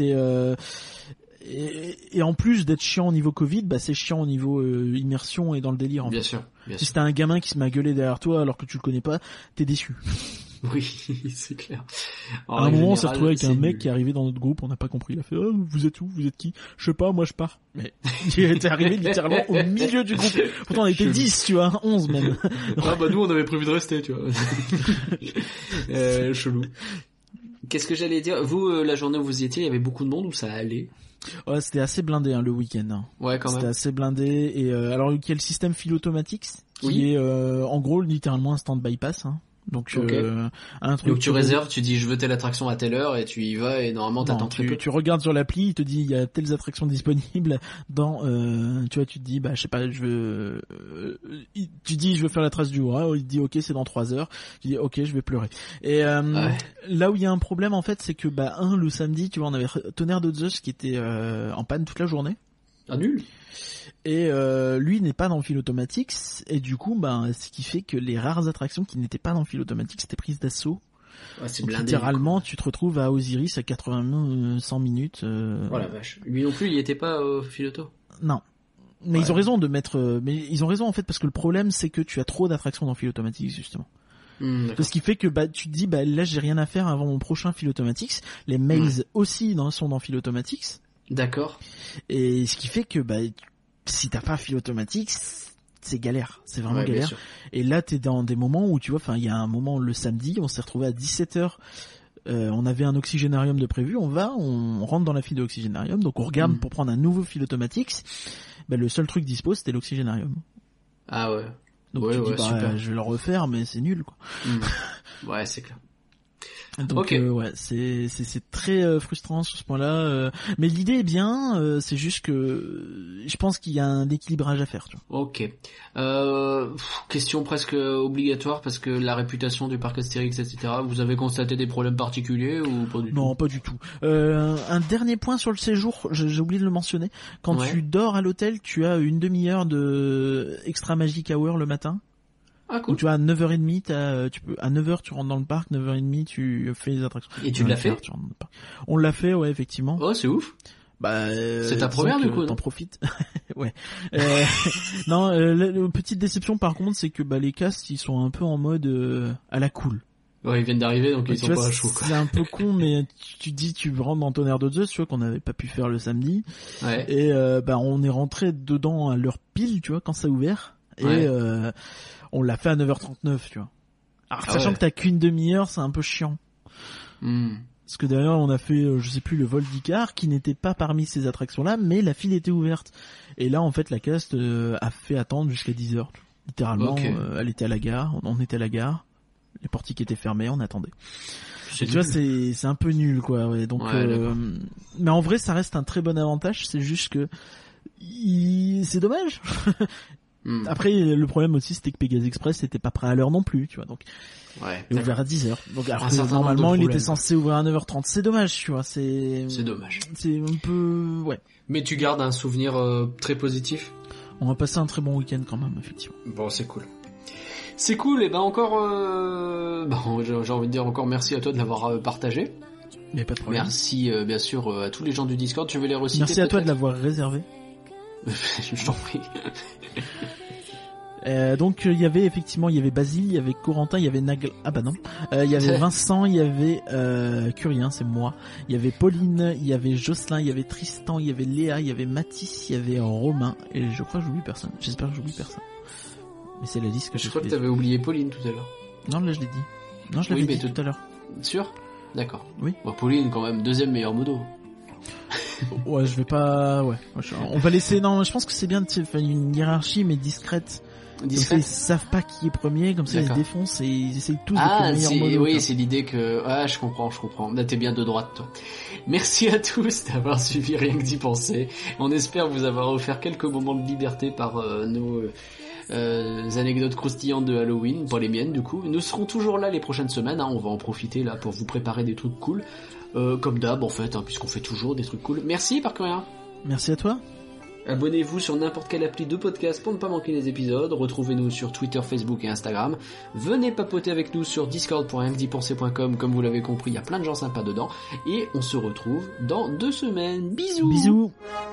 Et en plus d'être chiant au niveau Covid, c'est chiant au niveau immersion et dans le délire. Bien sûr. Si t'as un gamin qui se met à gueuler derrière toi alors que tu le connais pas, t'es déçu. Oui, c'est clair. À un moment, on s'est retrouvé avec un mec qui est arrivé dans notre groupe, on n'a pas compris, il a fait oh, vous êtes où, vous êtes qui? Je sais pas, moi je pars. Mais il était arrivé littéralement au milieu du groupe. Pourtant on était 10, tu vois, 11 même. Ah bah nous on avait prévu de rester, tu vois. Chelou. Qu'est-ce que j'allais dire? Vous, la journée où vous y étiez, il y avait beaucoup de monde ou ça allait? Ouais, c'était assez blindé le week-end. Hein. Ouais, quand même. C'était assez blindé et alors il y a le système Fil Automatics qui est en gros littéralement un stand-by pass. Hein. Donc un truc. Donc tu réserves, tu dis je veux telle attraction à telle heure et tu y vas et normalement t'attends très peu. Tu regardes sur l'appli, il te dit il y a telles attractions disponibles dans tu vois, tu te dis bah je sais pas, tu dis je veux faire la trace du roi, il te dit OK, c'est dans 3 heures. Tu dis OK, je vais pleurer. Et là où il y a un problème en fait, c'est que le samedi, tu vois, on avait Tonnerre de Zeus qui était en panne toute la journée. Ah nul. Et lui n'est pas dans le Fil Automatics et du coup ce qui fait que les rares attractions qui n'étaient pas dans le Fil Automatics étaient prises d'assaut. Ouais, c'est blindé, littéralement tu te retrouves à Osiris à 100 minutes. Oh la vache. Lui non plus il était pas au Fil Auto. Non. Mais ils ont raison de mettre ils ont raison en fait parce que le problème c'est que tu as trop d'attractions dans le Fil Automatics justement. Ce qui fait que tu te dis là j'ai rien à faire avant mon prochain Fil Automatics. Les mails aussi sont dans Fil Automatics. D'accord. Et ce qui fait que si t'as pas Fil Automatics, c'est galère, c'est vraiment galère. Et là t'es dans des moments où tu vois, il y a un moment le samedi, on s'est retrouvé à 17h, on avait un oxygénarium de prévu, on rentre dans la file de l'oxygénarium, donc on regarde pour prendre un nouveau Fil Automatics, le seul truc dispo c'était l'oxygénarium. Ah ouais. Donc tu dis super. Je vais le refaire mais c'est nul quoi. Ouais, c'est clair. Donc c'est très frustrant sur ce point-là, mais l'idée est bien, c'est juste que je pense qu'il y a un équilibrage à faire, tu vois. OK. Question presque obligatoire parce que la réputation du parc Astérix etc. Vous avez constaté des problèmes particuliers ou pas du tout? Non, pas du tout. Un dernier point sur le séjour, j'ai oublié de le mentionner. Quand tu dors à l'hôtel, tu as une demi-heure de extra magic hour le matin. Ah cool. Donc tu vois à 9h30 à 9h tu rentres dans le parc, 9h30 tu fais les attractions. Et tu l'as fait? On l'a fait, ouais, effectivement. Oh, c'est ouf. C'est ta première du coup, t'en profites. Ouais. Non, petite déception par contre, c'est que les casts ils sont un peu en mode à la cool. Ouais, ils viennent d'arriver donc ils sont pas à chaud quoi. C'est un peu con mais tu dis tu rentres dans Tonnerre de Zeus, tu vois qu'on n'avait pas pu faire le samedi. Ouais. Et on est rentré dedans à l'heure pile, tu vois, quand ça a ouvert et on l'a fait à 9h39, tu vois. Alors, sachant que t'as qu'une demi-heure, c'est un peu chiant. Parce que derrière, on a fait, je sais plus, le vol d'Icar, qui n'était pas parmi ces attractions-là, mais la file était ouverte. Et là, en fait, la cast a fait attendre jusqu'à 10h. Littéralement, elle était à la gare, on était à la gare, les portiques étaient fermés, on attendait. Tu vois, c'est un peu nul, quoi. Ouais. Donc, mais en vrai, ça reste un très bon avantage, c'est juste que c'est dommage. Après le problème aussi c'était que Pegasus Express était pas prêt à l'heure non plus, tu vois. Donc il est ouvert à 10h. Donc alors que normalement il était censé ouvrir à 9h30. C'est dommage, tu vois, c'est dommage. C'est un peu Mais tu gardes un souvenir très positif. On va passer un très bon week-end quand même, effectivement. Bon, c'est cool. C'est cool et encore j'ai envie de dire encore merci à toi de l'avoir partagé. Mais pas de problème. Merci bien sûr à tous les gens du Discord, je vais les reciter. Merci à toi de l'avoir réservé. Je t'en prie. Donc il y avait Basile, il y avait Corentin, il y avait Nagl, il y avait Vincent, il y avait Curien, c'est moi, il y avait Pauline, il y avait Jocelyn, il y avait Tristan, il y avait Léa, il y avait Mathis, il y avait Romain, et je crois que j'oublie personne. J'espère que j'oublie personne. Mais c'est la liste que je crois que t'avais oublié Pauline tout à l'heure. Non, là je l'ai dit. Non, je l'avais dit tout à l'heure. Sûr? D'accord. Oui. Pauline quand même deuxième meilleur modo. Ouais, je vais pas. Ouais, on va laisser. Non, je pense que c'est bien de faire une hiérarchie, mais discrète. Comme ça, ils savent pas qui est premier, comme ça ils se défoncent et ils essayent tous d'être le meilleur modo. Oui, c'est l'idée que. Ah, je comprends. Là, t'es bien de droite, toi. Merci à tous d'avoir suivi Rien que d'y penser. On espère vous avoir offert quelques moments de liberté par nos anecdotes croustillantes de Halloween, pas les miennes du coup. Nous serons toujours là les prochaines semaines. On va en profiter là pour vous préparer des trucs cool. Comme d'hab en fait, puisqu'on fait toujours des trucs cool. Merci Parcurien. Merci à toi. Abonnez-vous sur n'importe quelle appli de podcast pour ne pas manquer les épisodes. Retrouvez-nous sur Twitter, Facebook et Instagram. Venez papoter avec nous sur discord.rienquedipenser.com. Comme vous l'avez compris, il y a plein de gens sympas dedans. Et on se retrouve dans 2 semaines. Bisous. Bisous.